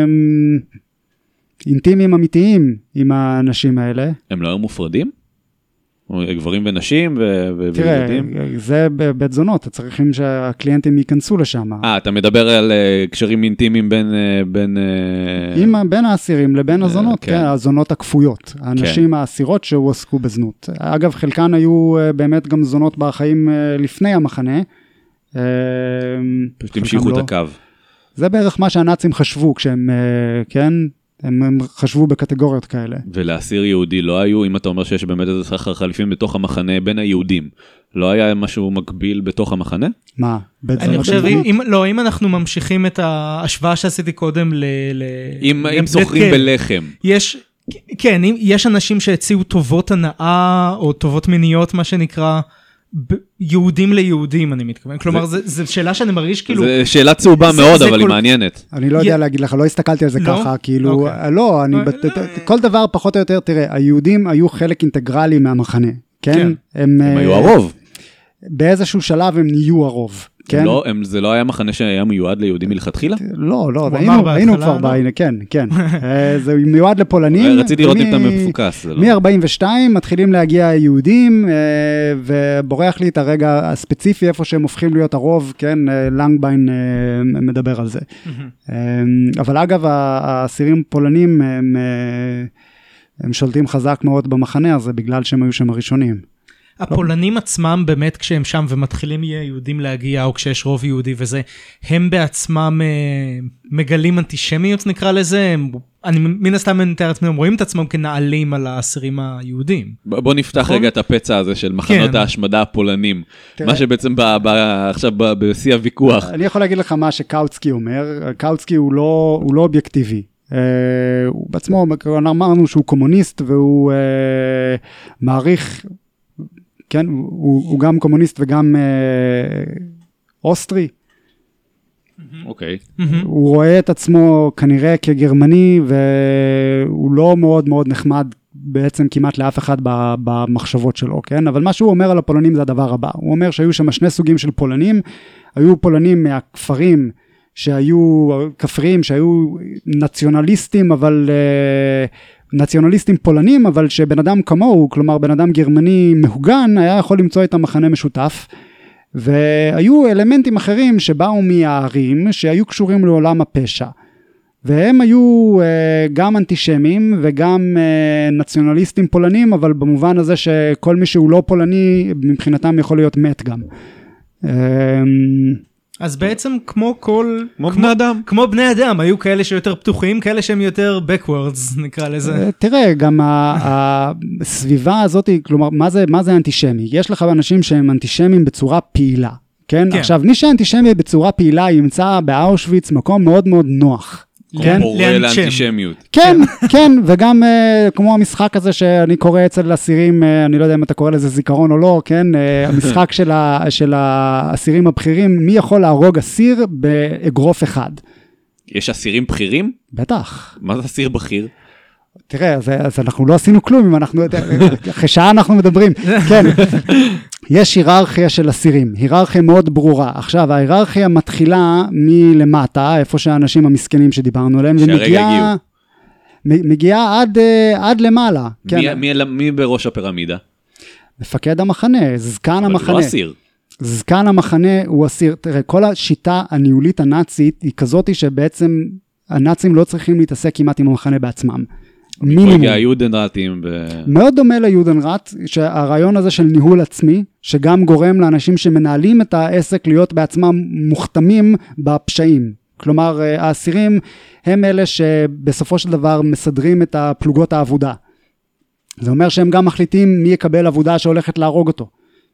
אינטימיים אמיתיים עם האנשים האלה. הם לא היו מופרדים? גברים ונשים וילדים? תראה, זה בבית זונות, צריכים שהקליינטים ייכנסו לשם. אתה מדבר על קשרים אינטימיים בין האסירים לבין הזונות, כן, הזונות הכפויות, האנשים האסירות שהועסקו בזנות. אגב, חלקן היו באמת גם זונות בחיים לפני המחנה. פשוט המשיכו את הקו. זה בערך מה שהנאצים חשבו כשהם, כן, הם חשבו בקטגוריות כאלה. ולאסיר יהודי לא היו, אם אתה אומר שיש באמת איזה סחר חליפין בתוך המחנה בין היהודים, לא היה משהו מקביל בתוך המחנה? מה? אני חושב, אם אנחנו ממשיכים את ההשוואה שעשיתי קודם אם זוכרים בלחם. כן, יש אנשים שהציעו טובות הנאה, או טובות מיניות, מה שנקרא, יהודים ליהודים, אני מתכוון. כלומר, זו שאלה שאני מרגיש כאילו... זו שאלה צהובה מאוד, אבל היא מעניינת. אני לא יודע להגיד לך, לא הסתכלתי על זה ככה, כאילו, לא, כל דבר פחות או יותר, תראה, היהודים היו חלק אינטגרלי מהמחנה, כן? הם היו הרוב. באיזשהו שלב הם נהיו הרוב. זה לא היה מחנה שהיה מיועד ליהודים מלכתחילה? לא, היינו כבר בעין, כן. זה מיועד לפולנים. רציתי לראות אם אתה מפוקס. מ-42 מתחילים להגיע יהודים, ובורח לי את הרגע הספציפי, איפה שהם הופכים להיות הרוב, כן, לנגביין מדבר על זה. אבל אגב, האסירים פולנים, הם שולטים חזק מאוד במחנה הזה, בגלל שהם היו שם הראשונים. הפולנים עצמם באמת כשהם שם ומתחילים יהודים להגיע, או כשיש רוב יהודי וזה, הם בעצמם מגלים אנטישמיות נקרא לזה, אני מן הסתם מתאר עצמם, הם רואים את עצמם כנעלים על האסירים היהודים. בוא נפתח רגע את הפצע הזה של מחנות ההשמדה הפולנים, מה שבעצם עכשיו בשיא הוויכוח. אני יכול להגיד לך מה שקאוצקי אומר, קאוצקי הוא לא אובייקטיבי. הוא בעצמו אמרנו שהוא קומוניסט והוא מעריך, כן, הוא גם קומוניסט וגם אוסטרי. אוקיי. הוא רואה את עצמו כנראה כגרמני, והוא לא מאוד מאוד נחמד בעצם כמעט לאף אחד במחשבות שלו, כן? אבל מה שהוא אומר על הפולנים זה הדבר הבא. הוא אומר שהיו שם שני סוגים של פולנים, היו פולנים מהכפרים שהיו כפריים, שהיו נציונליסטים, אבל נציונליסטים פולנים, אבל שבן אדם כמוהו, כלומר בן אדם גרמני מהוגן, היה יכול למצוא את המחנה משותף, והיו אלמנטים אחרים שבאו מהערים, שהיו קשורים לעולם הפשע. והם היו גם אנטישמים וגם נציונליסטים פולנים, אבל במובן הזה שכל מי שהוא לא פולני, מבחינתם יכול להיות מת גם. אז בעצם כמו בני אדם. כמו בני אדם, היו כאלה שיותר פתוחים, כאלה שהם יותר backwards, נקרא לזה. תראה, גם הסביבה הזאת, כלומר, מה זה אנטישמי? יש לך אנשים שהם אנטישמים בצורה פעילה, כן? עכשיו, מי שאנטישמי בצורה פעילה ימצא באושוויץ מקום מאוד מאוד נוח. פורה לאנטישמיות. כן, כן, וגם כמו המשחק הזה שאני קורא אצל אסירים, אני לא יודע אם אתה קורא לזה זיכרון או לא, כן, המשחק של האסירים הבכירים, מי יכול להרוג אסיר באגרוף אחד? יש אסירים בכירים? בטח. מה זה אסיר בכיר? תראה, אז אנחנו לא עשינו כלום, אם אנחנו, אחרי שעה אנחנו מדברים, כן. יש היררכיה של אסירים, היררכיה מאוד ברורה. עכשיו, ההיררכיה מתחילה מלמטה, איפה שהאנשים המסכנים שדיברנו עליהם, ומגיעה עד למעלה. מי בראש הפירמידה? מפקד המחנה, זקן המחנה. הוא אסיר. זקן המחנה הוא אסיר. תראה, כל השיטה הניהולית הנאצית היא כזאת שבעצם הנאצים לא צריכים להתעסק כמעט עם המחנה בעצמם. מינימום. היודנראטים. מאוד דומה ליודנראט, שהרעיון הזה של ניהול עצמי, שגם גורם לאנשים שמנהלים את העסק להיות בעצמם מוכתמים בפשעים. כלומר, האסירים הם אלה שבסופו של דבר מסדרים את הפלוגות העבודה. זה אומר שהם גם מחליטים מי יקבל עבודה שהולכת להרוג אותו.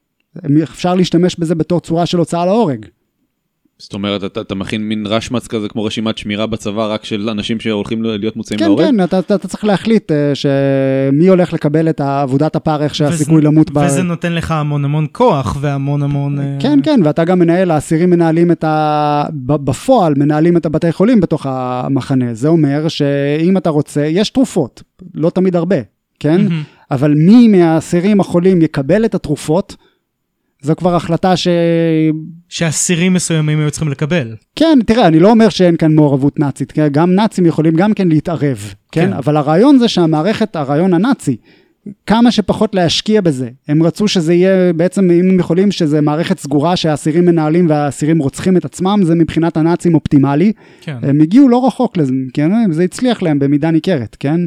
אפשר להשתמש בזה בתור צורה של הוצאה להורג. זאת אומרת, אתה מכין מין רשמץ כזה כמו רשימת שמירה בצבא, רק של אנשים שהולכים להיות מוצאים להורג? כן, כן, אתה צריך להחליט שמי הולך לקבל את עבודת הפרך שהסיכוי למות בה. וזה נותן לך המון המון כוח והמון המון... כן, כן, ואתה גם מנהל, האסירים מנהלים בפועל, מנהלים את הבתי חולים בתוך המחנה. זה אומר שאם אתה רוצה, יש תרופות, לא תמיד הרבה, כן? אבל מי מהאסירים החולים יקבל את התרופות, זו כבר החלטה שאסירים מסוימים היו צריכים לקבל. כן, תראה, אני לא אומר שאין כאן מעורבות נאצית, גם נאצים יכולים גם כן להתערב, כן? אבל הרעיון זה שהמערכת, הרעיון הנאצי, כמה שפחות להשקיע בזה. הם רצו שזה יהיה, בעצם אם הם יכולים שזה מערכת סגורה שהאסירים מנהלים והאסירים רוצחים את עצמם, זה מבחינת הנאצים אופטימלי. כן. הם הגיעו לא רחוק לזה, כן? זה הצליח להם במידה ניכרת, כן?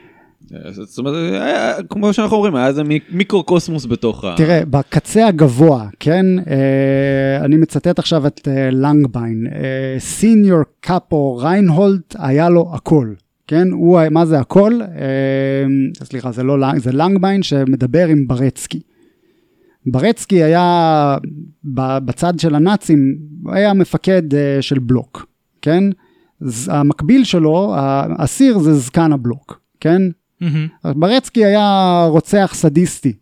זאת אומרת, כמו שאנחנו אומרים, היה איזה מיקרוקוסמוס בתוך תראה, בקצה הגבוה, כן, אני מצטט עכשיו את לנגביין, סיניור קאפו ריינהולד, היה לו הכל, כן, מה זה הכל? סליחה, זה לנגביין שמדבר עם ברצקי. ברצקי היה, בצד של הנאצים, היה מפקד של בלוק, כן, המקביל שלו, האסיר זה זקן הבלוק, כן, ברצקי היה רוצח סדיסטי,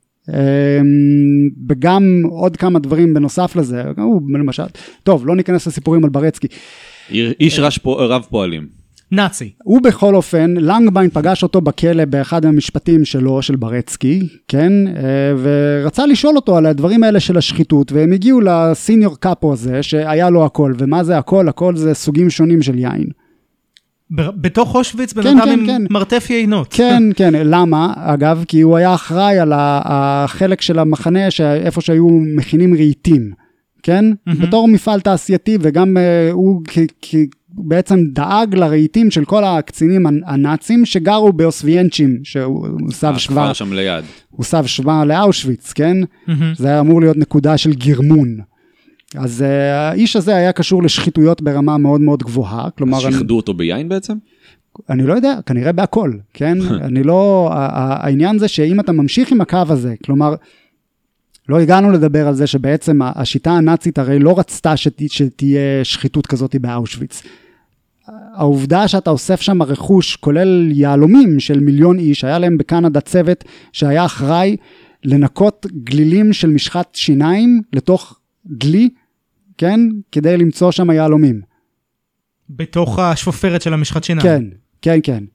וגם עוד כמה דברים בנוסף לזה, הוא למשל, טוב, לא ניכנס לסיפורים על ברצקי. איש רב פועלים. נאצי. הוא בכל אופן, לנגביין פגש אותו בכלא באחד המשפטים שלו, של ברצקי, כן, ורצה לשאול אותו על הדברים האלה של השחיתות, והם הגיעו לסיניור קאפו הזה, שהיה לו הכל, ומה זה הכל? הכל זה סוגים שונים של יין. בתוך אושוויץ בן אדם עם מרתף יינות. כן, כן. למה? אגב, כי הוא היה אחראי על החלק של המחנה איפה שהיו מכינים רהיטים. כן? בתור מפעל תעשייתי, וגם הוא בעצם דאג לרהיטים של כל הקצינים הנאצים שגרו באוסוויינצ'ים, שהוא סב שווה. שם ליד. הוא סב שווה לאושוויץ, כן? זה היה אמור להיות נקודה של גרמון. אז האיש הזה היה קשור לשחיתויות ברמה מאוד מאוד גבוהה, כלומר... אז שחדו אותו ביין בעצם? אני לא יודע, כנראה בהכל, כן? אני לא... העניין זה שאם אתה ממשיך עם הקו הזה, כלומר, לא הגענו לדבר על זה שבעצם השיטה הנאצית הרי לא רצתה שתהיה שחיתות כזאת באושוויץ. העובדה שאתה אוסף שם רכוש, כולל יעלומים של 1,000,000 איש, היה להם בקנדה צוות שהיה אחראי לנקות גלילים של משחת שיניים לתוך דלי, כן? כדי למצוא שם יעלומים. בתוך השפופרת של המשחת שיניים. כן, כן, כן.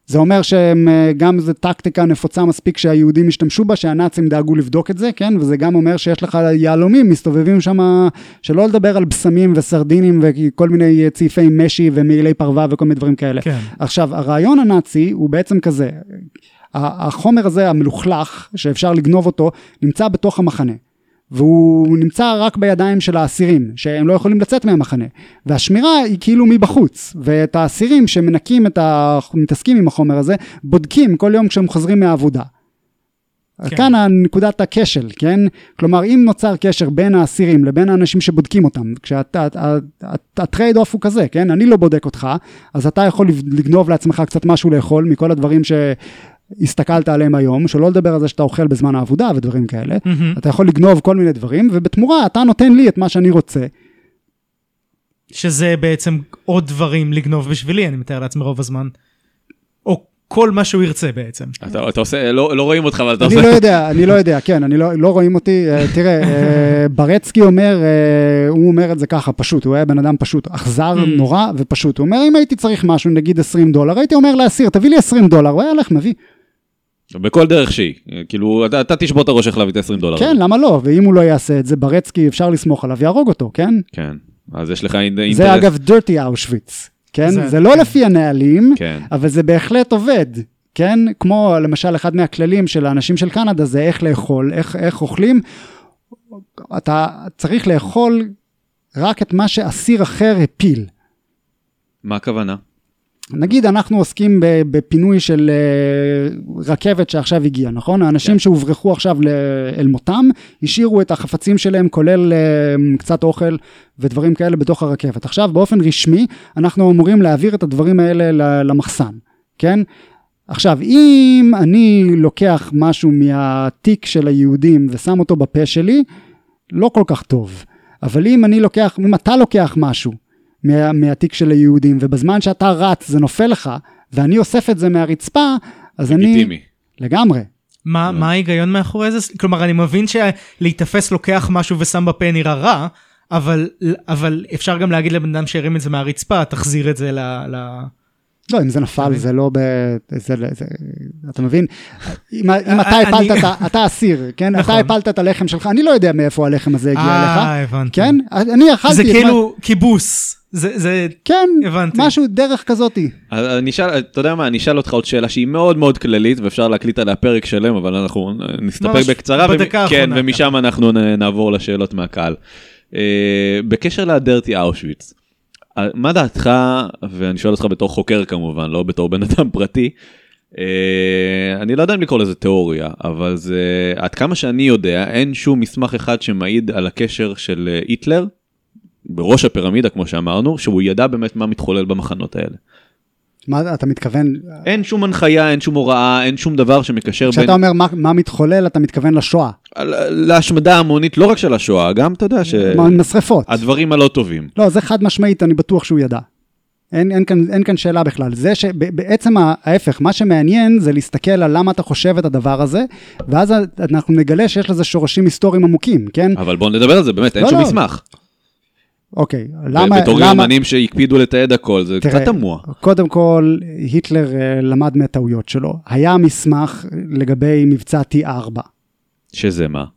זה אומר שגם זו טקטיקה נפוצה מספיק שהיהודים השתמשו בה, שהנאצים דאגו לבדוק את זה, כן? וזה גם אומר שיש לך יהלומים, מסתובבים שם, שלא לדבר על בשמים וסרדינים וכל מיני צעיפי משי ומעילי פרווה וכל מיני דברים כאלה. כן. עכשיו, הרעיון הנאצי הוא בעצם כזה, החומר הזה, המלוכלך, שאפשר לגנוב אותו, נמצא בתוך המחנה. והוא נמצא רק בידיים של האסירים, שהם לא יכולים לצאת מהמחנה. והשמירה היא כאילו מבחוץ, ואת האסירים שמנקים מתעסקים עם החומר הזה, בודקים כל יום כשהם חוזרים מהעבודה. כן. כאן נקודת הכשל, כן? כלומר, אם נוצר קשר בין האסירים לבין האנשים שבודקים אותם, כשהטרייד אוף הוא כזה, כן? אני לא בודק אותך, אז אתה יכול לגנוב לעצמך קצת משהו לאכול, מכל הדברים הסתכלת עליהם היום, שלא לדבר על זה שאתה אוכל בזמן העבודה ודברים כאלה, אתה יכול לגנוב כל מיני דברים, ובתמורה אתה נותן לי את מה שאני רוצה. שזה בעצם עוד דברים לגנוב בשבילי, אני מתאר לעצמי רוב הזמן. או כל מה שהוא ירצה בעצם. אתה עושה, לא רואים אותך, אבל אתה עושה... אני לא יודע, כן, לא רואים אותי. תראה, ברצקי אומר, הוא אומר את זה ככה, פשוט, הוא היה בן אדם פשוט, אכזר נורא ופשוט. הוא אומר, אם הייתי צריך משהו, נגיד $20, הייתי אומר לאסיר, תביא לי $20, הוא היה הלך, מביא. בכל דרך שהיא, כאילו, אתה תשבור את הראש איך להביא את $20. כן, למה לא? ואם הוא לא יעשה את זה, ברצקי אפשר לסמוך עליו, יהרוג אותו, כן? כן, אז יש לך אינטרס. זה אגב dirty Auschwitz, כן? זה לא לפי הנהלים, כן. אבל זה בהחלט עובד, כן? כמו למשל אחד מהכללים של האנשים של קנדה, זה איך לאכול, איך אוכלים. אתה צריך לאכול רק את מה שאסיר אחר הפיל. מה הכוונה? נגיד אנחנו עוסקים בפינוי של רכבת שעכשיו הגיעה, נכון? האנשים שהוברחו עכשיו אל מותם, השאירו את החפצים שלהם, כולל קצת אוכל ודברים כאלה בתוך הרכבת. עכשיו באופן רשמי, אנחנו אמורים להעביר את הדברים האלה למחסן, כן? עכשיו, אם אני לוקח משהו מהתיק של היהודים ושם אותו בפה שלי, לא כל כך טוב. אבל אם אתה לוקח משהו, מהתיק של היהודים, ובזמן שאתה רץ, זה נופל לך, ואני אוסף את זה מהרצפה, אז לגיטימי. לגמרי. מה ההיגיון מאחורי זה? כלומר, אני מבין שלהתאפס לוקח משהו ושם בפה נראה רע, אבל אפשר גם להגיד לבן אדם שהרים את זה מהרצפה, תחזיר את זה לא, אם זה נפל, זה לא אתה מבין? אם אתה הפלת, אתה אסיר, כן? אתה הפלת את הלחם שלך, אני לא יודע מאיפה הלחם הזה הגיע לך. הבנתי. כן? אני אכלתי... זה כאילו כיבוס. כן, הבנתי. משהו דרך כזאתי. אתה יודע מה, אני אשאל אותך עוד שאלה שהיא מאוד מאוד כללית, ואפשר להקליט עליה פרק שלם, אבל אנחנו נסתפק בקצרה, ומשם אנחנו נעבור לשאלות מהקהל. בקשר לדרטי אושוויץ, מה דעתך, ואני שואל אותך בתור חוקר כמובן, לא בתור בן אדם פרטי, אני לא יודע אם לקרוא לזה תיאוריה, אבל זה, עד כמה שאני יודע, אין שום מסמך אחד שמעיד על הקשר של היטלר, בראש הפירמידה כמו שאמרנו, שהוא ידע באמת מה מתחולל במחנות האלה. מה אתה מתכוון? אין שום הנחיה, אין שום הוראה, אין שום דבר שמקשר בין... כשאתה אומר מה מתחולל, אתה מתכוון לשואה. להשמדה המונית, לא רק של השואה, גם אתה יודע משרפות. הדברים הלא טובים. לא, זה חד משמעית, אני בטוח שהוא ידע. אין כאן שאלה בכלל. זה שבעצם ההפך, מה שמעניין זה להסתכל על למה אתה חושב את הדבר הזה, ואז אנחנו נגלה שיש לזה שורשים היסטוריים עמוקים, כן? אבל בואו נדבר על זה, באמת, אין שום מסמך. אוקיי, למה... בתור גרמנים שהקפידו לתעד הכל, זה קצת תמוה. קודם כל, היטלר למד מהטעויות שלו. היה מסמך לגבי מבצע T4. שזה מה?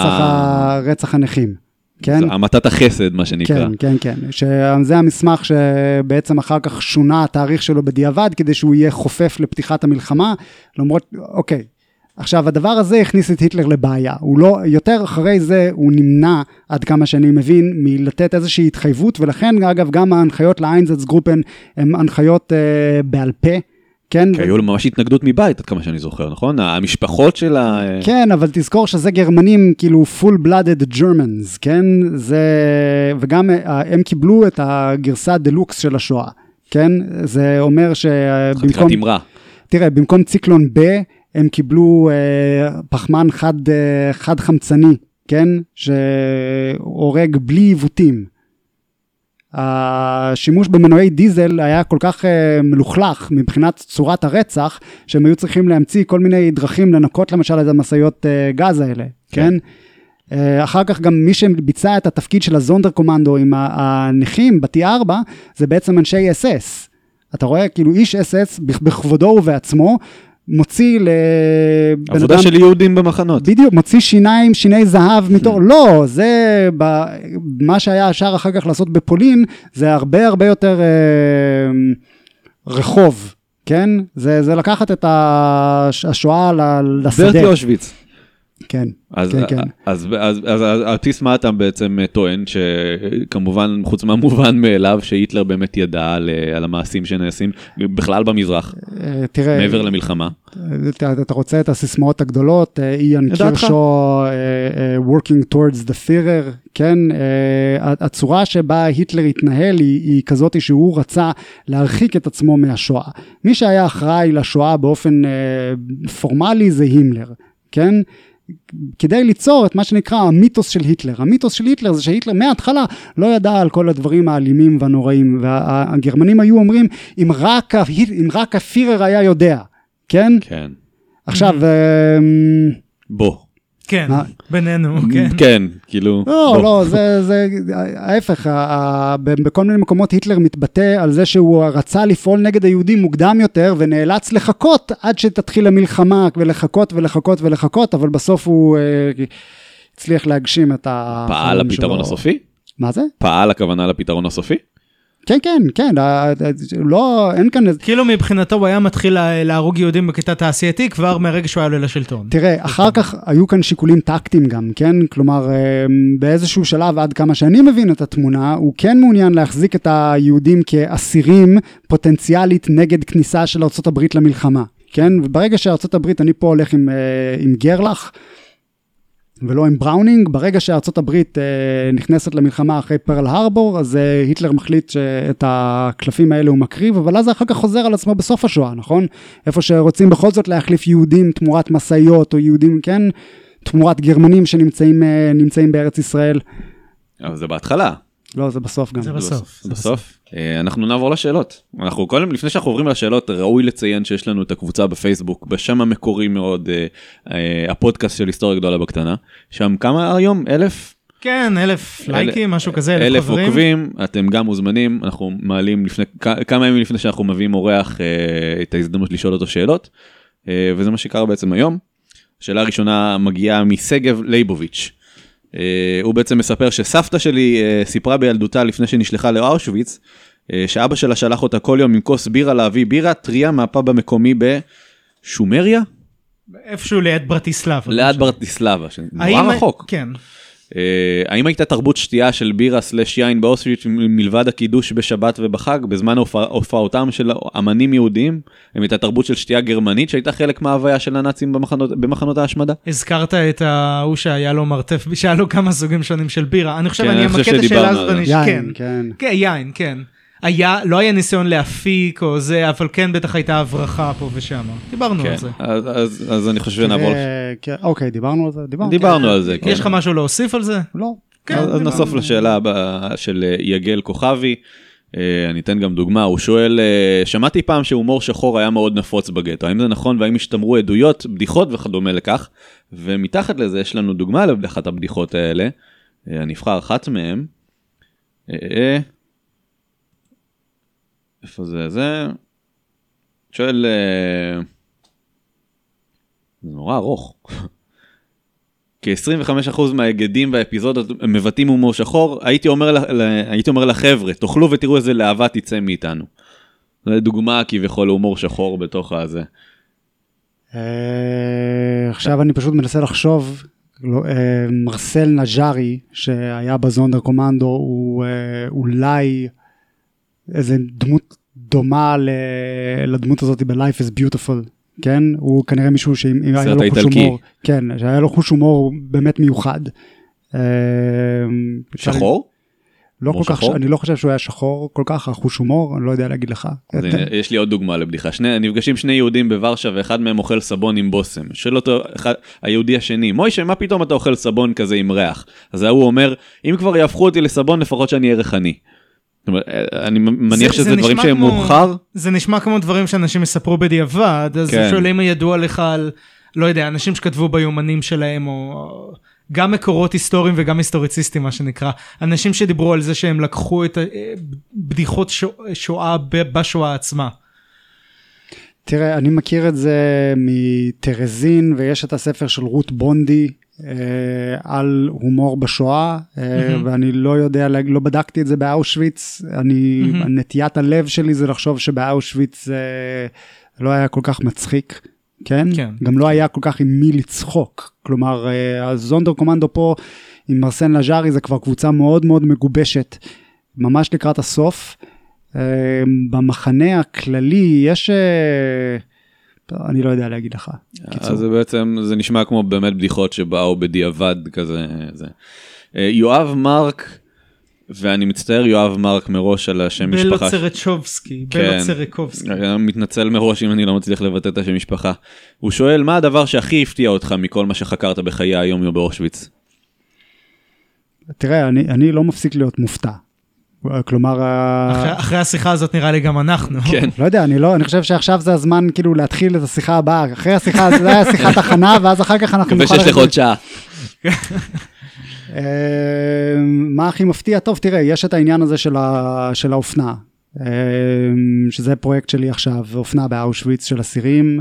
רצח הנכים. כן? המתת החסד, מה שנקרא. כן. שזה המסמך שבעצם אחר כך שונה התאריך שלו בדיעבד, כדי שהוא יהיה חופף לפתיחת המלחמה, למרות, אוקיי. עכשיו, הדבר הזה הכניס את היטלר לבעיה. הוא לא, יותר אחרי זה, הוא נמנע, עד כמה שאני מבין, מלתת איזושהי התחייבות, ולכן, אגב, גם ההנחיות לאיינזצגרופן, הן הנחיות בעל פה, כן? כי היו לו ממש התנגדות מבית, עד כמה שאני זוכר, נכון? המשפחות של ה... כן, אבל תזכור שזה גרמנים, כאילו, full-blooded Germans, כן? זה... וגם הם קיבלו את הגרסה דלוקס של השואה, כן? זה אומר שבמקום... חתיכת תמרה. תראה, במקום ציקלון ב, הם קיבלו פחמן חד חמצני, כן? שהורג בלי עיוותים. השימוש במנועי דיזל היה כל כך מלוכלך מבחינת צורת הרצח, שהם היו צריכים להמציא כל מיני דרכים לנקות למשל את המסעיות גז האלה, כן? אחר כך גם מי שביצע את התפקיד של הזונדר קומנדו עם הנכים ב-T4, זה בעצם אנשי SS. אתה רואה כאילו איש SS בכבודו ובעצמו, מוציא עבודה של יהודים במחנות. בדיוק, מוציא שיני זהב מתור, לא, זה מה שהיה אפשר אחר כך לעשות בפולין, זה הרבה הרבה יותר רחוב, כן? זה לקחת את השואה לשדה. ברטי אושוויץ. כן, כן. אז על בסיס מה אתה בעצם טוען, שכמובן חוץ מהמובן מאליו, שהיטלר באמת ידע על המעשים שנעשים, בכלל במזרח, מעבר למלחמה. אתה רוצה את הסיסמאות הגדולות, איאן קירשו, working towards the Führer, כן? הצורה שבה היטלר התנהל היא כזאת שהוא רצה להרחיק את עצמו מהשואה. מי שהיה אחראי לשואה באופן פורמלי זה הימלר, כן? כדי ליצור את מה שנקרא המיתוס של היטלר. המיתוס של היטלר זה שהיטלר מההתחלה לא ידע על כל הדברים האלימים והנוראים, והגרמנים היו אומרים, אם רק הפירר היה יודע, כן? כן. עכשיו, בוא. כן, בינינו, כן. כן, כאילו. לא, זה ההפך, בכל מיני מקומות היטלר מתבטא על זה שהוא רצה לפעול נגד היהודים מוקדם יותר, ונאלץ לחכות עד שתתחיל המלחמה, ולחכות, אבל בסוף הוא הצליח להגשים את פעל לפתרון הסופי? מה זה? פעל הכוונה לפתרון הסופי? כן, לא, אין כאן... כאילו מבחינתו הוא היה מתחיל להרוג יהודים בכיתה תעשייתי, כבר מהרגע שהוא היה עולה לשלטון. תראה, אחר כך היו כאן שיקולים טקטיים גם, כן? כלומר, באיזשהו שלב, עד כמה שאני מבין את התמונה, הוא כן מעוניין להחזיק את היהודים כאסירים פוטנציאלית נגד כניסה של ארצות הברית למלחמה, כן? וברגע שארצות הברית, אני פה הולך עם גרלח, ולא עם בראונינג, ברגע שארצות הברית נכנסת למלחמה אחרי פרל הרבור, אז היטלר מחליט שאת הקלפים האלה הוא מקריב, אבל אז אחר כך חוזר על עצמו בסוף השואה, נכון? איפה שרוצים בכל זאת להחליף יהודים תמורת מסעיות, או יהודים, כן, תמורת גרמנים שנמצאים בארץ ישראל. אבל זה בהתחלה. לא, זה בסוף גם. זה בסוף. בסוף. אנחנו נעבור לשאלות. אנחנו קודם, לפני שאנחנו עוברים לשאלות, ראוי לציין שיש לנו את הקבוצה בפייסבוק, בשם המקורי מאוד, הפודקאסט של היסטוריה גדולה בקטנה, שם כמה היום? 1,000? כן, 1,000 לייקים, משהו כזה, 1,000 עוקבים, אתם גם מוזמנים, אנחנו מעלים כמה ימים לפני שאנחנו מביאים אורח את ההזדמנות לשאול אותו שאלות, וזה מה שקרה בעצם היום. השאלה הראשונה מגיעה מסגב לייבוביץ'. הוא בעצם מספר שסבתא שלי סיפרה בילדותה לפני שנשלחה לאושוויץ, שאבא שלה שלח אותה כל יום עם כוס בירה להביא בירה טריה מהפאב המקומי בשומריה? איפשהו ליד ברטיסלבה. ליד ברטיסלבה, נורא רחוק. כן. האם הייתה תרבות שתייה של בירה סלש יין באושוויץ מלבד הקידוש בשבת ובחג, בזמן הופעותם של אמנים יהודים? האם הייתה תרבות של שתייה גרמנית שהייתה חלק מההוויה של הנאצים במחנות ההשמדה? הזכרת את ההוא שהיה לו מרתף, שהיה לו כמה סוגים שונים של בירה. אני חושב, אני אמקד את השאלה הזאת. יין, כן. יין, כן. לא היה ניסיון להפיק או זה, אבל כן בטח הייתה הברכה פה ושם. דיברנו על זה. אז אני חושב שנעבור. אוקיי, דיברנו על זה. דיברנו על זה, כן. יש לך משהו להוסיף על זה? לא. אז נסוף לשאלה הבאה של יגל כוכבי. אני אתן גם דוגמה, הוא שואל, שמעתי פעם שהומור שחור היה מאוד נפוץ בגטו, האם זה נכון והאם השתמרו עדויות, בדיחות וכדומה לכך, ומתחת לזה יש לנו דוגמה לאחת הבדיחות האלה, אני אבחר אחת מהם, איפה זה? שואל, זה נורא ארוך. כ-25% מההגדים והאפיזודות מבטאים הומור שחור, הייתי אומר לחבר'ה, תאכלו ותראו איזה להבה תצא מאיתנו. זו דוגמה כביכול הומור שחור בתוך הזה. עכשיו אני פשוט מנסה לחשוב, מרסל נג'ארי, שהיה בזונדר קומנדו, הוא אולי איזה דמות דומה לדמות הזאת ב-Life is Beautiful. כן, הוא כנראה מישהו שהיה לו חוש הומור, כן, שהיה לו חוש הומור באמת מיוחד. שחור? לא כל כך, אני לא חושב שהוא היה שחור כל כך, החוש הומור, אני לא יודע להגיד לך. יש לי עוד דוגמה לבדיחה, נפגשים שני יהודים בוורשה, ואחד מהם אוכל סבון עם בוסם, שואל אותו היהודי השני, מוישה, מה פתאום אתה אוכל סבון כזה עם ריח? אז הוא אומר, אם כבר יהפכו אותי לסבון, לפחות שאני אהיה ריחני. אני מניח שזה דברים שהם מאוחר. זה נשמע כמו דברים שאנשים יספרו בדיעבד, אז שואלים ידוע לך על, לא יודע, אנשים שכתבו ביומנים שלהם, או גם מקורות היסטוריים וגם היסטוריציסטים, מה שנקרא. אנשים שדיברו על זה שהם לקחו את בדיחות שואה בשואה עצמה. תראה, אני מכיר את זה מטרזין, ויש את הספר של רות בונדי, על הומור בשואה, ואני לא יודע, לא בדקתי את זה באושוויץ, נטיית הלב שלי זה לחשוב שבאושוויץ זה לא היה כל כך מצחיק, כן? גם לא היה כל כך עם מי לצחוק, כלומר, הזונדר קומנדו פה עם מרסן לג'ארי, זה כבר קבוצה מאוד מאוד מגובשת, ממש לקראת הסוף, במחנה הכללי יש... אני לא יודע להגיד לך. אז זה בעצם, זה נשמע כמו באמת בדיחות שבאו בדיעבד כזה. יואב מרק, ואני מצטער יואב מרק מראש על השם משפחה. בלו צרצ'ובסקי, בלו צרקובסקי. אני מתנצל מראש אם אני לא מצליח לבטא את השם משפחה. הוא שואל, מה הדבר שהכי הפתיע אותך מכל מה שחקרת בחיי היום באושוויץ? תראה, אני לא מפסיק להיות מופתע. כלומר... אחרי השיחה הזאת נראה לי גם אנחנו. כן. לא יודע, אני חושב שעכשיו זה הזמן כאילו להתחיל את השיחה הבאה. אחרי השיחה, זה היה שיחת הכנה, ואז אחר כך אנחנו נוכל... ושש לך עוד שעה. מה הכי מפתיע? טוב, תראה, יש את העניין הזה של האופנה, שזה פרויקט שלי עכשיו, אופנה באושוויץ של אסירים.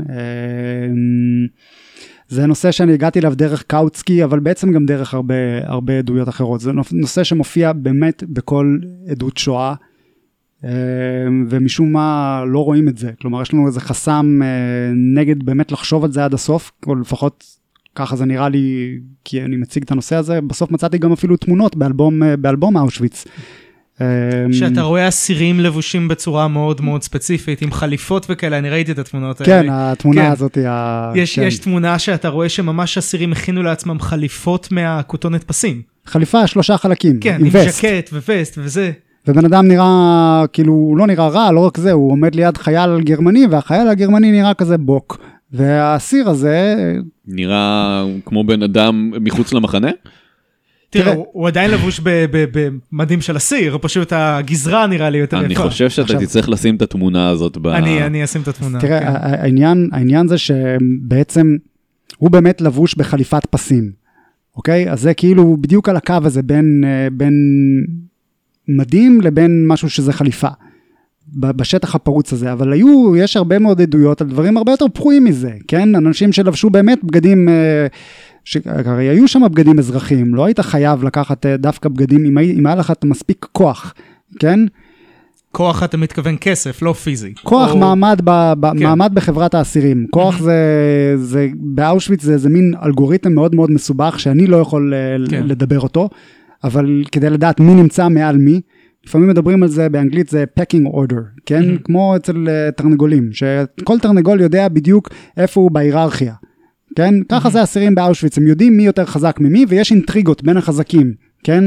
זה נושא שאני הגעתי אליו דרך קאוצקי, אבל בעצם גם דרך הרבה עדויות אחרות. זה נושא שמופיע באמת בכל עדות שואה, ומשום מה לא רואים את זה. כלומר, יש לנו איזה חסם נגד באמת לחשוב על זה עד הסוף, או לפחות ככה זה נראה לי, כי אני מציג את הנושא הזה. בסוף מצאתי גם אפילו תמונות באלבום אושוויץ. שאתה רואה אסירים לבושים בצורה מאוד מאוד ספציפית, עם חליפות וכאלה, אני ראיתי את התמונות האלה. כן, התמונה הזאת היא... יש תמונה שאתה רואה שממש אסירים הכינו לעצמם חליפות מהכותונת פסים. חליפה, 3 חלקים, כן, עם ז'קט ווסט וזה. ובן אדם נראה, כאילו, הוא לא נראה רע, לא רק זה, הוא עומד ליד חייל גרמני, והחייל הגרמני נראה כזה בוק. והאסיר הזה... נראה כמו בן אדם מחוץ למחנה? תראה, הוא עדיין לבוש במדים של אסיר, פשוט הגזרה נראה לי יותר יפה. אני חושב שאתה תצטרך לשים את התמונה הזאת. אני אשים את התמונה. תראה, העניין זה שבעצם הוא באמת לבוש בחליפת פסים, אוקיי? אז זה כאילו בדיוק על הקו הזה בין מדים לבין משהו שזה חליפה, בשטח הפרוץ הזה, אבל יש הרבה מאוד עדויות על דברים הרבה יותר פחויים מזה, כן? אנשים שלבשו באמת בגדים... הרי היו שם בגדים אזרחיים, לא היית חייב לקחת דווקא בגדים, אם היה לך מספיק כוח, כן? כוח אתה מתכוון כסף, לא פיזי. כוח מעמד בחברת האסירים. כוח זה, באושוויץ זה מין אלגוריתם מאוד מאוד מסובך, שאני לא יכול לדבר אותו, אבל כדי לדעת מי נמצא מעל מי, לפעמים מדברים על זה באנגלית, זה packing order, כן? כמו אצל תרנגולים, שכל תרנגול יודע בדיוק איפה הוא בהיררכיה. כן? ככה זה אסירים באושוויץ, הם יודעים מי יותר חזק ממי, ויש אינטריגות בין החזקים, כן?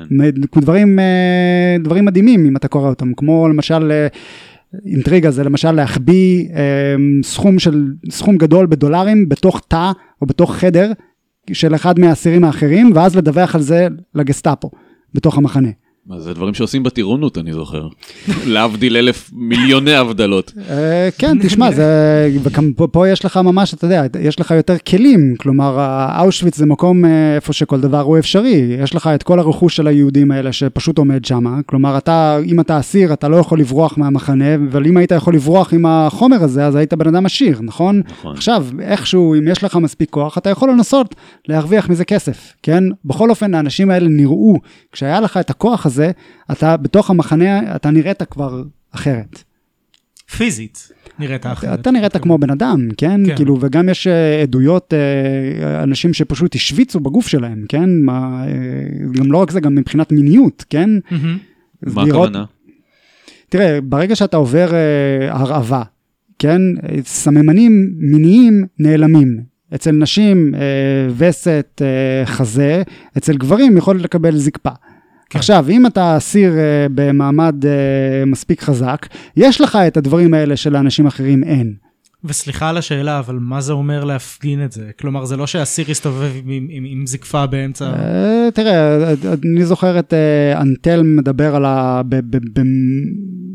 דברים מדהימים, אם אתה קורא אותם, כמו למשל, אינטריגה זה למשל להחביא סכום גדול בדולרים, בתוך תא, או בתוך חדר, של אחד מהאסירים האחרים, ואז לדווח על זה לגסטאפו, בתוך המחנה. זה דברים שעושים בטירונות, אני זוכר. להבדיל 1,000 מיליוני הבדלות. כן, תשמע, פה יש לך ממש, אתה יודע, יש לך יותר כלים, כלומר, אושוויץ זה מקום איפה שכל דבר הוא אפשרי, יש לך את כל הרכוש של היהודים האלה שפשוט עומד שם, כלומר, אם אתה אסיר, אתה לא יכול לברוח מהמחנה, אבל אם היית יכול לברוח עם החומר הזה, אז היית בן אדם עשיר, נכון? עכשיו, איכשהו, אם יש לך מספיק כוח, אתה יכול לנסות להרוויח מזה כסף, כן? בכל אופן, האנשים האלה נראו, כשהיה לך את הכוח הזה, אתה בתוך המחנה, אתה נראית כבר אחרת. פיזית נראית אחרת. אתה נראית כמו בן אדם, כן? כאילו, וגם יש עדויות, אנשים שפשוט השוויצו בגוף שלהם, כן? גם לא רק זה, גם מבחינת מיניות, כן? מה הכוונה? תראה, ברגע שאתה עובר הרעבה, כן? סממנים מיניים נעלמים. אצל נשים וסת, חזה, אצל גברים יכול לקבל זקפה. עכשיו, אם אתה אסיר במעמד מספיק חזק, יש לך את הדברים האלה שלאנשים אחרים אין. וסליחה על השאלה, אבל מה זה אומר להפגין את זה? כלומר, זה לא שהאסיר יסתובב עם זקפה באמצע... תראה, אני זוכר את אנטל מדבר על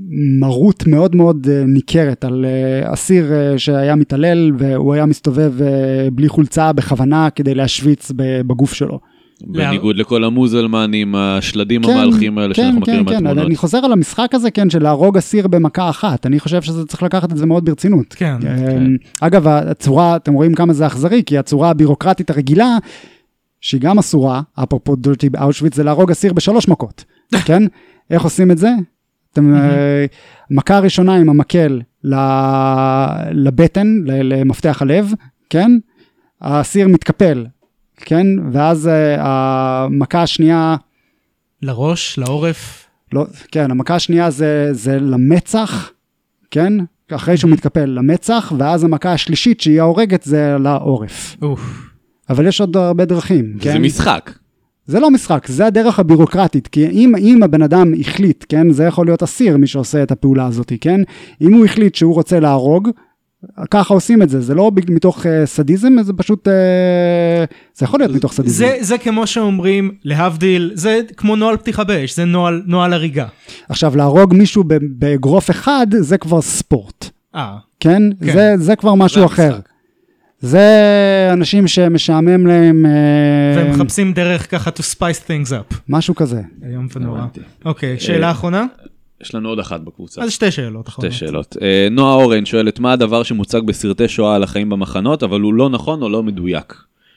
מרות מאוד מאוד ניכרת על אסיר שהיה מתעלל והוא היה מסתובב בלי חולצה בכוונה כדי להשוויץ בגוף שלו. בניגוד לכל המוזלמנים, השלדים המהלכים האלה שאנחנו מכירים מהתמונות. אני חוזר על המשחק הזה, כן, של להרוג אסיר במכה אחת. אני חושב שזה צריך לקחת את זה מאוד ברצינות. כן. אגב, הצורה, אתם רואים כמה זה אכזרי, כי הצורה הבירוקרטית הרגילה, שהיא גם אסורה, אפרופו דורטי באושוויץ, זה להרוג אסיר ב3 מכות. כן? איך עושים את זה? מכה ראשונה עם המקל לבטן, למפתח הלב, כן? האסיר מתקפל. כן, ואז המכה השנייה... לראש, לעורף. לא, כן, המכה השנייה זה למצח, כן? אחרי שהוא מתקפל למצח, ואז המכה השלישית שהיא ההורגת זה לעורף. אבל יש עוד הרבה דרכים, כן? זה משחק. זה לא משחק, זה הדרך הבירוקרטית, כי אם הבן אדם החליט, כן? זה יכול להיות אסיר מי שעושה את הפעולה הזאת, כן? אם הוא החליט שהוא רוצה להרוג, ככה עושים את זה, זה לא מתוך סדיזם, זה פשוט, זה יכול להיות מתוך סדיזם. זה כמו שאומרים, להבדיל, זה כמו נועל פתיחה באש, זה נועל הריגה. עכשיו, להרוג מישהו בגרוף אחד, זה כבר ספורט. כן? זה כבר משהו אחר. זה אנשים שמשעמם להם... והם מחפשים דרך ככה to spice things up. משהו כזה. היום ונורא. אוקיי, שאלה אחרונה? יש לנו עוד אחת בקבוצה. אז 2 שאלות. 2 שאלות. נועה אורן שואלת, מה הדבר שמוצג בסרטי שואה על החיים במחנות, אבל הוא לא נכון או לא מדויק?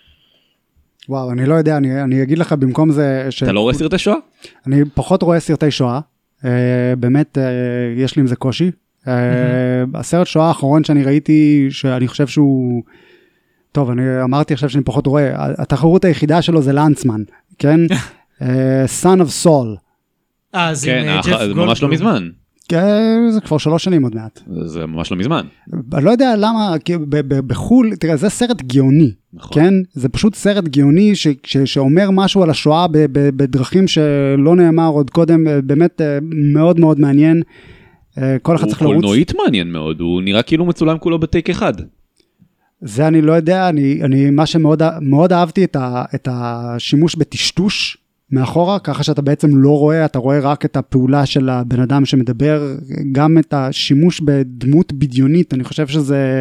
וואו, אני לא יודע, אני אגיד לך במקום זה... אתה לא רואה סרטי שואה? אני פחות רואה סרטי שואה. באמת, יש לי עם זה קושי. הסרט שואה האחרון שאני ראיתי, שאני חושב שהוא... טוב, אני אמרתי עכשיו שאני פחות רואה. התחרות היחידה שלו זה לנצמן, כן? Son of Saul. כן, זה ממש לא מזמן. זה כבר 3 שנים עוד מעט. זה ממש לא מזמן. אני לא יודע למה, בחול, תראה, זה סרט גאוני, כן? זה פשוט סרט גאוני שאומר משהו על השואה בדרכים שלא נאמר עוד קודם, באמת מאוד מאוד מעניין. כל אחד צריך לרוץ. הוא קולנועית מעניין מאוד, הוא נראה כאילו מצולם כולו בטייק אחד. זה אני לא יודע, מה שמאוד אהבתי את השימוש בטשטוש, מאחורה, ככה שאתה בעצם לא רואה, אתה רואה רק את הפעולה של הבן אדם שמדבר, גם את השימוש בדמות בדיונית, אני חושב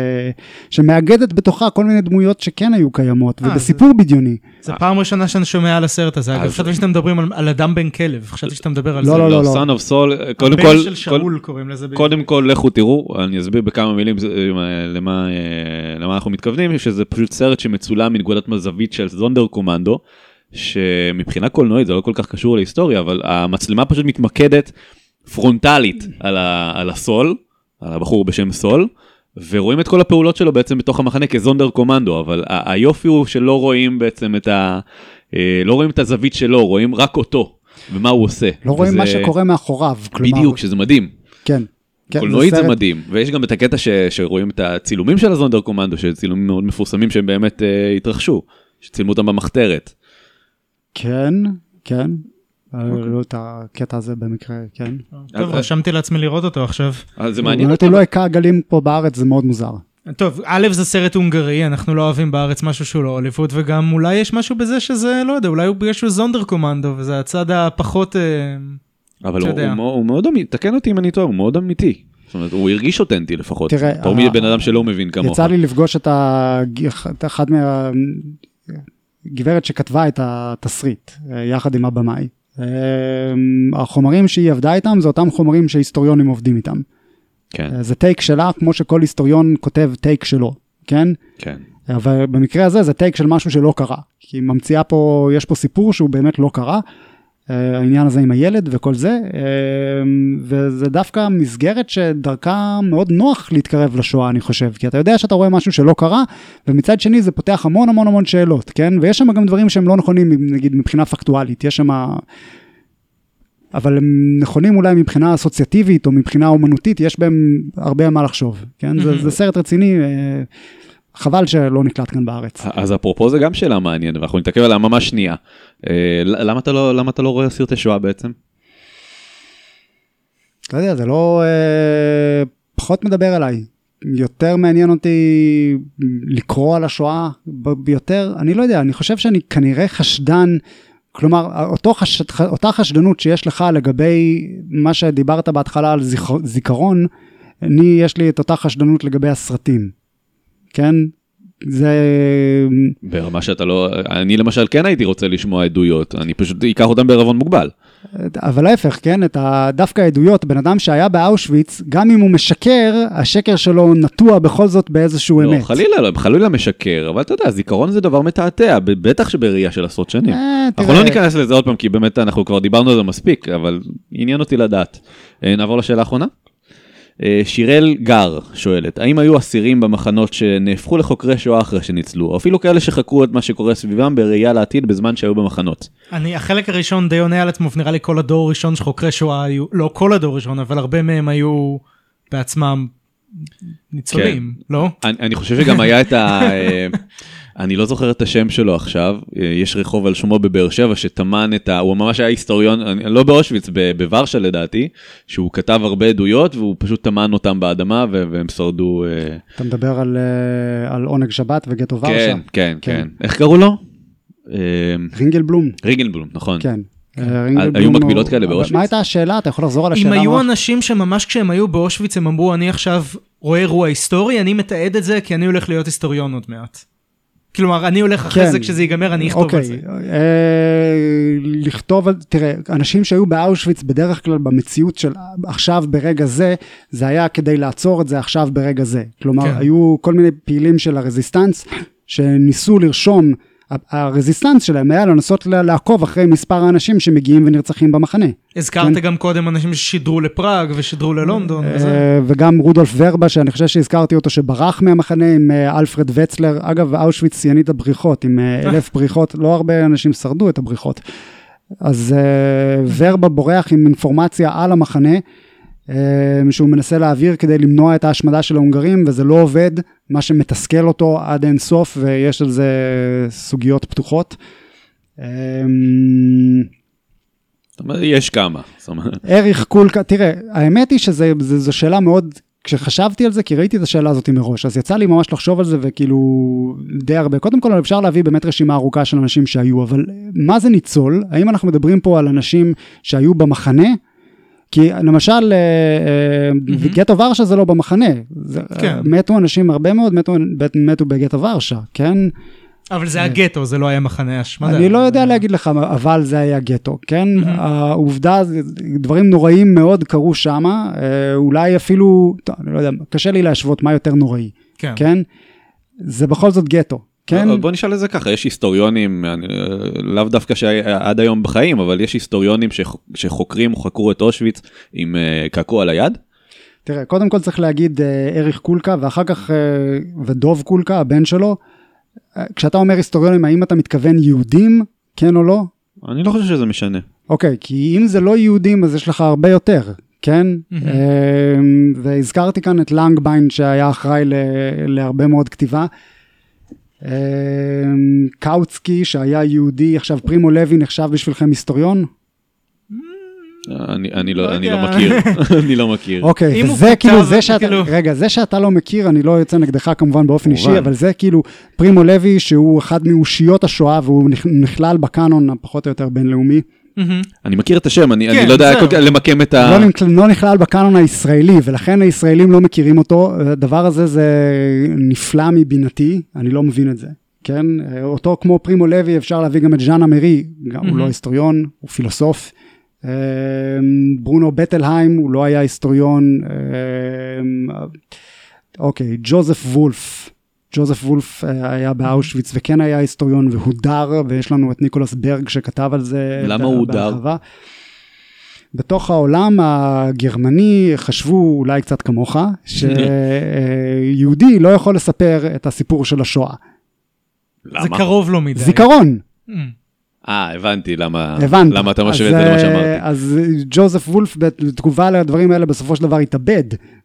שמאגדת בתוכה כל מיני דמויות שכן היו קיימות, ובסיפור בדיוני. זה פעם ראשונה שאני שומע על הסרט הזה, אגב, חשבתי שאתם מדברים על אדם בן כלב, חשבתי שאתה מדבר על זה. לא, לא, לא. Son of Saul, הבן של שאול קוראים לזה. קודם כל, לכו תראו, אני אסביר בכמה מילים למה אנחנו מתכוונים, שזה פשוט סרט שמצולם מנקודת מזווית של זונדר קומנדו, שמבחינה קולנועית זה לא כל כך קשור להיסטוריה, אבל המצלמה פשוט מתמקדת פרונטלית על הסול, על הבחור בשם סול, ורואים את כל הפעולות שלו בעצם בתוך המחנה כזונדר קומנדו, אבל היופי הוא שלא רואים בעצם לא רואים את הזווית שלו, רואים רק אותו, ומה הוא עושה. לא רואים מה שקורה מאחוריו. בדיוק, שזה מדהים. כן. קולנועית זה מדהים, ויש גם את הקטע שרואים את הצילומים של הזונדר קומנדו, שצילומים מאוד מפורסמים שהם באמת התרחשו, שצילמו אותם במחתרת. כן, כן. לא את הקטע הזה במקרה, כן. טוב, רשמתי לעצמי לראות אותו עכשיו. זה מעניין. אני לא אקע גלים פה בארץ, זה מאוד מוזר. טוב, א' זה סרט הונגרי, אנחנו לא אוהבים בארץ משהו שהוא לא הוליווד, וגם אולי יש משהו בזה שזה, לא יודע, אולי הוא בגלל שהוא זונדר קומנדו, וזה הצד הפחות, אבל הוא מאוד אמיתי, תקן אותי אם אני טועה, הוא מאוד אמיתי. זאת אומרת, הוא הרגיש אותנטי לפחות. תראו מי בן אדם שלא מבין כמוך. יצא לי לפגוש את אחד גברת שכתבה את התסריט, יחד עם הבמאי. החומרים שהיא עבדה איתם, זה אותם חומרים שהיסטוריונים עובדים איתם. כן. זה טייק שלה, כמו שכל היסטוריון כותב טייק שלו, כן? כן. אבל במקרה הזה, זה טייק של משהו שלא קרה. כי ממציאה פה, יש פה סיפור שהוא באמת לא קרה, העניין הזה עם הילד וכל זה, וזה דווקא מסגרת שדרכה מאוד נוח להתקרב לשואה, אני חושב, כי אתה יודע שאתה רואה משהו שלא קרה, ומצד שני זה פותח המון המון המון שאלות, כן? ויש שם גם דברים שהם לא נכונים, נגיד מבחינה פקטואלית, יש שם, אבל הם נכונים אולי מבחינה אסוציאטיבית, או מבחינה אומנותית, יש בהם הרבה מה לחשוב, כן? זה סרט רציני, חבל שלא נקלט כאן בארץ. אז אפרופו זה גם שאלה מעניינת, ואנחנו נתעכב עליה ממש שנייה. למה אתה לא רואה סרטי שואה בעצם? לא יודע, זה לא פחות מדבר עליי. יותר מעניין אותי לקרוא על השואה ביותר. אני לא יודע, אני חושב שאני כנראה חשדן כלומר, אותה חשדנות שיש לך לגבי מה שדיברת בהתחלה על זיכרון, יש לי את אותה חשדנות לגבי הסרטים. כן? זה... ברמה שאתה לא... אני למשל כן הייתי רוצה לשמוע עדויות, אני פשוט אקח אותם בערבון מוגבל. אבל להפך, כן? דווקא עדויות, בן אדם שהיה באושוויץ, גם אם הוא משקר, השקר שלו נטוע בכל זאת באיזשהו אמת. לא, חלילה משקר, אבל אתה יודע, זיכרון זה דבר מתעתע, בטח שבראייה של עשרות שנים. אנחנו לא ניכנס לזה עוד פעם, כי באמת אנחנו כבר דיברנו על זה מספיק, אבל עניין אותי לדעת. נעבור לשאלה האחרונה? שירל גר שואלת, האם היו אסירים במחנות שנהפכו לחוקרי שואה אחרי שניצלו, או אפילו כאלה שחקרו את מה שקורה סביבם בראייה לעתיד בזמן שהיו במחנות? החלק הראשון די עונה על עצמו, נראה לי כל הדור הראשון שחוקרי שואה היו, לא כל הדור הראשון, אבל הרבה מהם היו בעצמם ניצולים, לא? אני חושב שגם היה את אני לא זוכר את השם שלו עכשיו, יש רחוב על שמו בבאר שבע שתמן הוא ממש היה היסטוריון, לא באושוויץ, בוורשה לדעתי, שהוא כתב הרבה עדויות והוא פשוט תמן אותם באדמה והם שרדו. אתה מדבר על עונג שבת וגטו ורשה? כן. איך קראו לו? רינגלבלום. רינגלבלום, נכון. כן. היו מקבילות כאלה באושוויץ? מה הייתה השאלה? אתה יכול לחזור על השאלה? אם היו אנשים שממש כשהם היו באושוויץ הם אמרו, אני עכשיו רואה אירוע היסטורי, אני מתעד את זה כי אני הולך להיות היסטוריון עוד מעט. כלומר, אני הולך אחרי זה כשזה ייגמר, אני אכתוב על זה. לכתוב, תראה, אנשים שהיו באושוויץ בדרך כלל במציאות של עכשיו ברגע זה, זה היה כדי לעצור את זה עכשיו ברגע זה. כלומר, היו כל מיני פעילים של הרזיסטנס שניסו לרשום, הרזיסטנס שלהם היה לנסות לעקוב אחרי מספר האנשים שמגיעים ונרצחים במחנה. הזכרת גם קודם אנשים ששידרו לפראג ושידרו ללונדון. וגם רודולף ורבה, שאני חושב שהזכרתי אותו, שברח מהמחנה עם אלפרד וצלר. אגב, אושוויץ ציינית את הבריחות, עם 1,000 בריחות, לא הרבה אנשים שרדו את הבריחות. אז ורבה בורח עם אינפורמציה על המחנה, שהוא מנסה להעביר כדי למנוע את ההשמדה של ההונגרים, וזה לא עובד, מה שמתסכל אותו עד אין סוף, ויש על זה סוגיות פתוחות. יש כמה. אריך קולקה, תראה, האמת היא שזו שאלה מאוד, כשחשבתי על זה, כי ראיתי את השאלה הזאת מראש, אז יצא לי ממש לחשוב על זה, וכאילו די הרבה. קודם כל, אפשר להביא באמת רשימה ארוכה של אנשים שהיו, אבל מה זה ניצול? האם אנחנו מדברים פה על אנשים שהיו במחנה? כי למשל, גטו ורשה זה לא במחנה. מתו אנשים הרבה מאוד, מתו בגטו ורשה, כן? אבל זה היה גטו, זה לא היה מחנה השמדה. אני לא יודע להגיד לך, אבל זה היה גטו, כן? העובדה, דברים נוראים מאוד קרו שם, אולי אפילו, אני לא יודע, קשה לי להשוות מה יותר נוראי, כן? זה בכל זאת גטו. בוא נשאל את זה ככה, יש היסטוריונים, לאו דווקא שעד היום בחיים, אבל יש היסטוריונים שחוקרים או חקרו את אושוויץ עם קעקוע על היד? תראה, קודם כל צריך להגיד אריך קולקה, ואחר כך ודוב קולקה, הבן שלו. כשאתה אומר היסטוריונים, האם אתה מתכוון יהודים, כן או לא? אני לא חושב שזה משנה. אוקיי, כי אם זה לא יהודים, אז יש לך הרבה יותר, כן? והזכרתי כאן את לנגביין, שהיה אחראי להרבה מאוד כתיבה. קאוצקי שהיה יהודי, עכשיו פרימו לוי נחשב בשבילכם היסטוריון? אני לא מכיר, אני לא מכיר. אוקיי, זה כאילו, רגע, זה שאתה לא מכיר, אני לא יוצא נגדך כמובן באופן אישי, אבל זה כאילו פרימו לוי שהוא אחד מאושיות השואה, והוא נכלל בקאנון הפחות או יותר בינלאומי. אני מכיר את השם, אני לא יודע למקם את ה... לא נכלל בקאנון הישראלי, ולכן הישראלים לא מכירים אותו. הדבר הזה זה נפלא מבינתי, אני לא מבין את זה. כן? אותו כמו פרימו לוי, אפשר להביא גם את ז'אן אמרי, הוא לא היסטוריון, הוא פילוסוף. ברונו בטלהיים, הוא לא היה היסטוריון. אוקיי, ג'וזף וולף היה באושוויץ וכן היה היסטוריון והודר, ויש לנו את ניקולס ברג שכתב על זה. למה הוא הודר? בתוך העולם הגרמני חשבו אולי קצת כמוך, שיהודי לא יכול לספר את הסיפור של השואה. למה? זה קרוב לו מדי. זיכרון. הבנתי למה אתה משווה את זה למה שאמרתי. אז ג'וזף וולף בתגובה לדברים האלה בסופו של דבר התאבד.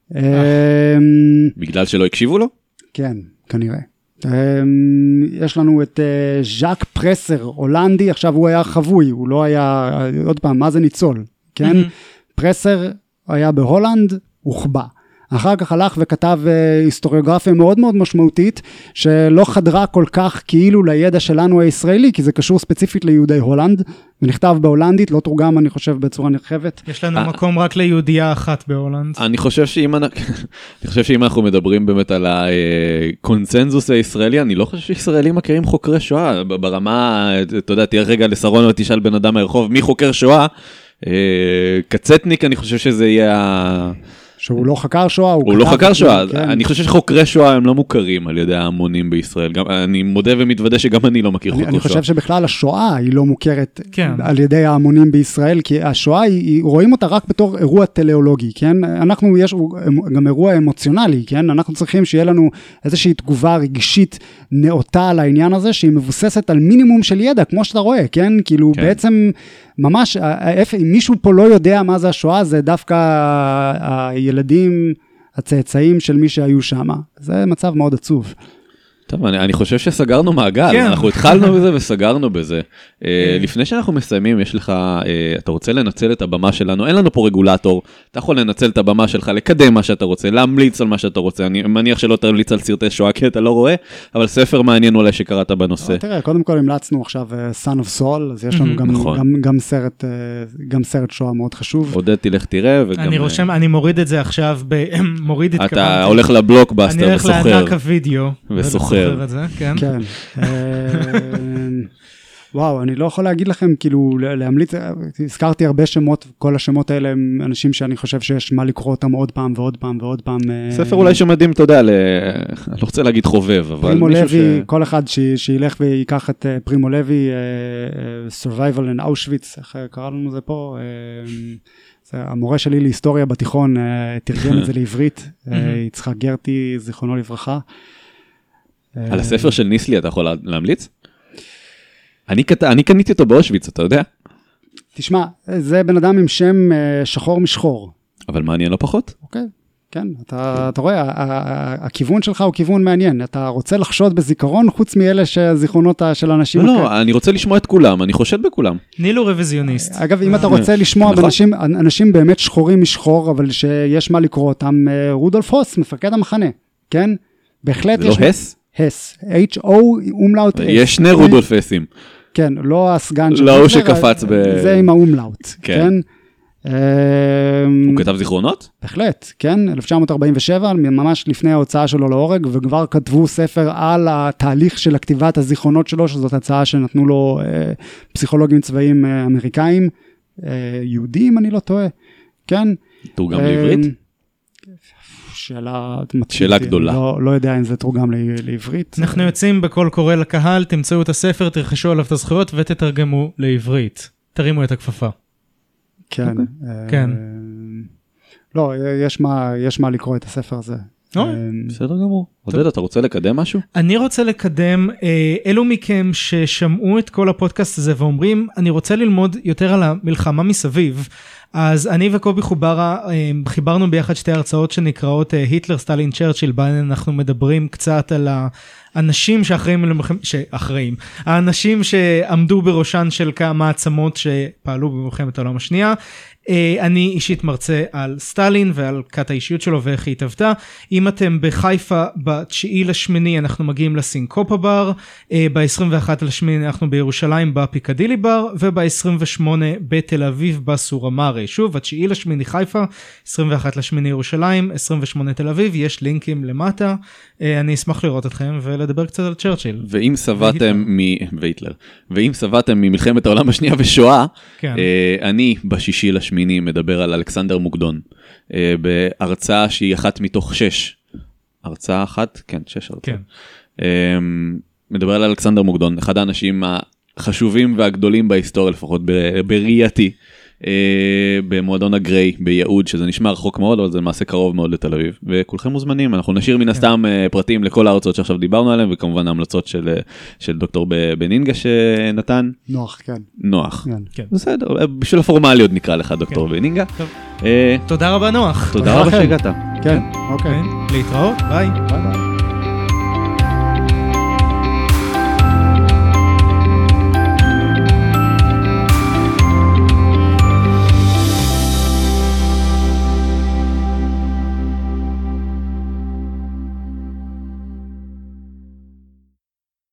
בגלל שלא הקשיבו לו? כן, כנראה. יש לנו את ז'אק פרסר, הולנדי, עכשיו הוא היה חבוי, הוא לא היה, עוד פעם, מה זה ניצול? כן? פרסר היה בהולנד, הוחבא. אחר כך הלך וכתב היסטוריוגרפיה מאוד מאוד משמעותית, שלא חדרה כל כך כאילו לידע שלנו הישראלי, כי זה קשור ספציפית ליהודי הולנד, ונכתב בהולנדית, לא תורגם אני חושב בצורה נרחבת. יש לנו מקום רק ליהודייה אחת בהולנד. אני חושב שאם אנחנו מדברים באמת על הקונצנזוס הישראלי, אני לא חושב שישראלים מכירים חוקרי שואה, ברמה, אתה יודע, תהיה רגע לסרון ותשאל בן אדם מהרחוב, מי חוקר שואה? קצצניק, אני חושב שזה יהיה... שהוא לא חקר שואה, הוא לא חקר שואה, אני חושב שחוקרי שואה הם לא מוכרים על ידי ההמונים בישראל, אני מודה ומתוודה שגם אני לא מכיר חוקרי שואה. אני חושב שבכלל השואה היא לא מוכרת על ידי ההמונים בישראל, כי השואה, רואים אותה רק בתור אירוע טליאולוגי, כן? יש גם אירוע אמוציונלי, כן? אנחנו צריכים שיהיה לנו איזושהי תגובה רגשית נאותה על העניין הזה, שהיא מבוססת על מינימום של ידע, כמו שאתה רואה, כן? כאילו בעצם... ממש, אם מישהו פה לא יודע מה זה השואה, זה דווקא הילדים, הצאצאים של מי שהיו שם. זה מצב מאוד עצוב. טוב, אני חושב שסגרנו מעגל, אנחנו התחלנו בזה וסגרנו בזה. לפני שאנחנו מסיימים, יש לך, אתה רוצה לנצל את הבמה שלנו, אין לנו פה רגולטור, אתה יכול לנצל את הבמה שלך, לקדם מה שאתה רוצה, להמליץ על מה שאתה רוצה, אני מניח שלא תמליץ על סרטי שואה, כי אתה לא רואה, אבל ספר מעניין אולי שקראת בנושא. תראה, קודם כל המלצנו עכשיו Son of Soul, אז יש לנו גם סרט שואה מאוד חשוב. עודד, תלך תראה, וגם... אני מוריד את זה עכשיו, מוריד את כמה. אתה הולך לבלוקבאסטר וסוחר. אני הולך לענק הוידאו. וסוחר. כן. וואו, אני לא יכול להגיד לכם, כאילו, להמליץ, הזכרתי הרבה שמות, כל השמות האלה הם אנשים שאני חושב שיש מה לקרוא אותם עוד פעם ועוד פעם ועוד פעם. ספר אולי שמדהים, אתה יודע, אני לא רוצה להגיד חובב, אבל פרימו לוי, כל אחד שילך ויקח את פרימו לוי, Survival in Auschwitz, איך קרא לנו זה פה, המורה שלי להיסטוריה בתיכון, תרגם את זה לעברית, יצחק גרטי, זיכרונו לברכה. על הספר של ניסלי אתה יכול להמליץ? אני קניתי אותו באושוויץ, אתה יודע? תשמע, זה בן אדם עם שם שחור משחור. אבל מעניין לא פחות? אוקיי, כן. אתה רואה, הכיוון שלך הוא כיוון מעניין. אתה רוצה לחשוד בזיכרון חוץ מאלה שזיכרונות של אנשים... לא, אני רוצה לשמוע את כולם, אני חושד בכולם. ניל הוא רוויזיוניסט. אגב, אם אתה רוצה לשמוע אנשים באמת שחורים משחור, אבל שיש מה לקרוא אותם, רודולף הוס, מפקד המחנה, כן? בהחלט יש... לא הס? הס, H-O, אומלאוט S. יש שני רודולף הסים. כן, לא הסגן של... לא הוא שקפץ זה עם האומלאוט, כן. הוא כתב זיכרונות? בהחלט, כן, 1947, ממש לפני ההוצאה שלו להורג, וכבר כתבו ספר על התהליך של הכתיבת הזיכרונות שלו, שזאת הצעה שנתנו לו פסיכולוגים צבאיים אמריקאים, יהודים, אני לא טועה, כן. תורגם לעברית? שאלה גדולה. לא יודע אם זה תורגם לעברית. אנחנו יוצאים בכל קורא לקהל, תמצאו את הספר, תרכשו עליו את הזכויות ותתרגמו לעברית. תרימו את הכפפה. כן. כן. לא, יש מה לקרוא את הספר הזה. בסדר גמור. עודד, אתה רוצה לקדם משהו? אני רוצה לקדם, אלו מכם ששמעו את כל הפודקאסט הזה ואומרים, אני רוצה ללמוד יותר על המלחמה מסביב, אז אני וקובי חוברה חיברנו ביחד שתי הרצאות שנקראות היטלר, סטלין, צ'רצ'יל, בהן אנחנו מדברים קצת על האנשים שאחראים, האנשים שעמדו בראשן של כמה עצמות שפעלו במלחמת העולם השנייה. אני אישית מרצה על סטלין ועל כת האישיות שלו ואיך היא התהוותה. אם אתם בחיפה ב9/8 אנחנו מגיעים לסינקופה בר, ב21/8 אנחנו בירושלים בפיקדילי בר, וב28 בתל אביב בסורה מארה. שוב, 9/8 חיפה, 21/8 ירושלים, 28 תל אביב, יש לינקים למטה. אני אשמח לראות אתכם ולדבר קצת על צ'רצ'יל. ואם סבתם והיטלר, ואם סבתם ממלחמת העולם השנייה ושואה, אני ב6/8 מדבר על אלכסנדר מוקדון, בהרצאה שהיא אחת מתוך 6. הרצאה אחת? כן, 6 הרצאות. מדבר על אלכסנדר מוקדון, אחד האנשים החשובים והגדולים בהיסטוריה, לפחות בראייתי, במועדון הגריי, ביהוד, שזה נשמע רחוק מאוד, אבל זה למעשה קרוב מאוד לתל אביב, וכולכם מוזמנים, אנחנו נשאיר מן הסתם פרטים לכל הארצות שעכשיו דיברנו עליהם, וכמובן ההמלצות של דוקטור בנינגה שנתן. נוח, כן. נוח. בסדר, בשביל הפורמליות נקרא לך דוקטור בנינגה. תודה רבה נוח. תודה רבה שהגעת. כן, אוקיי. להתראות, ביי. ביי ביי.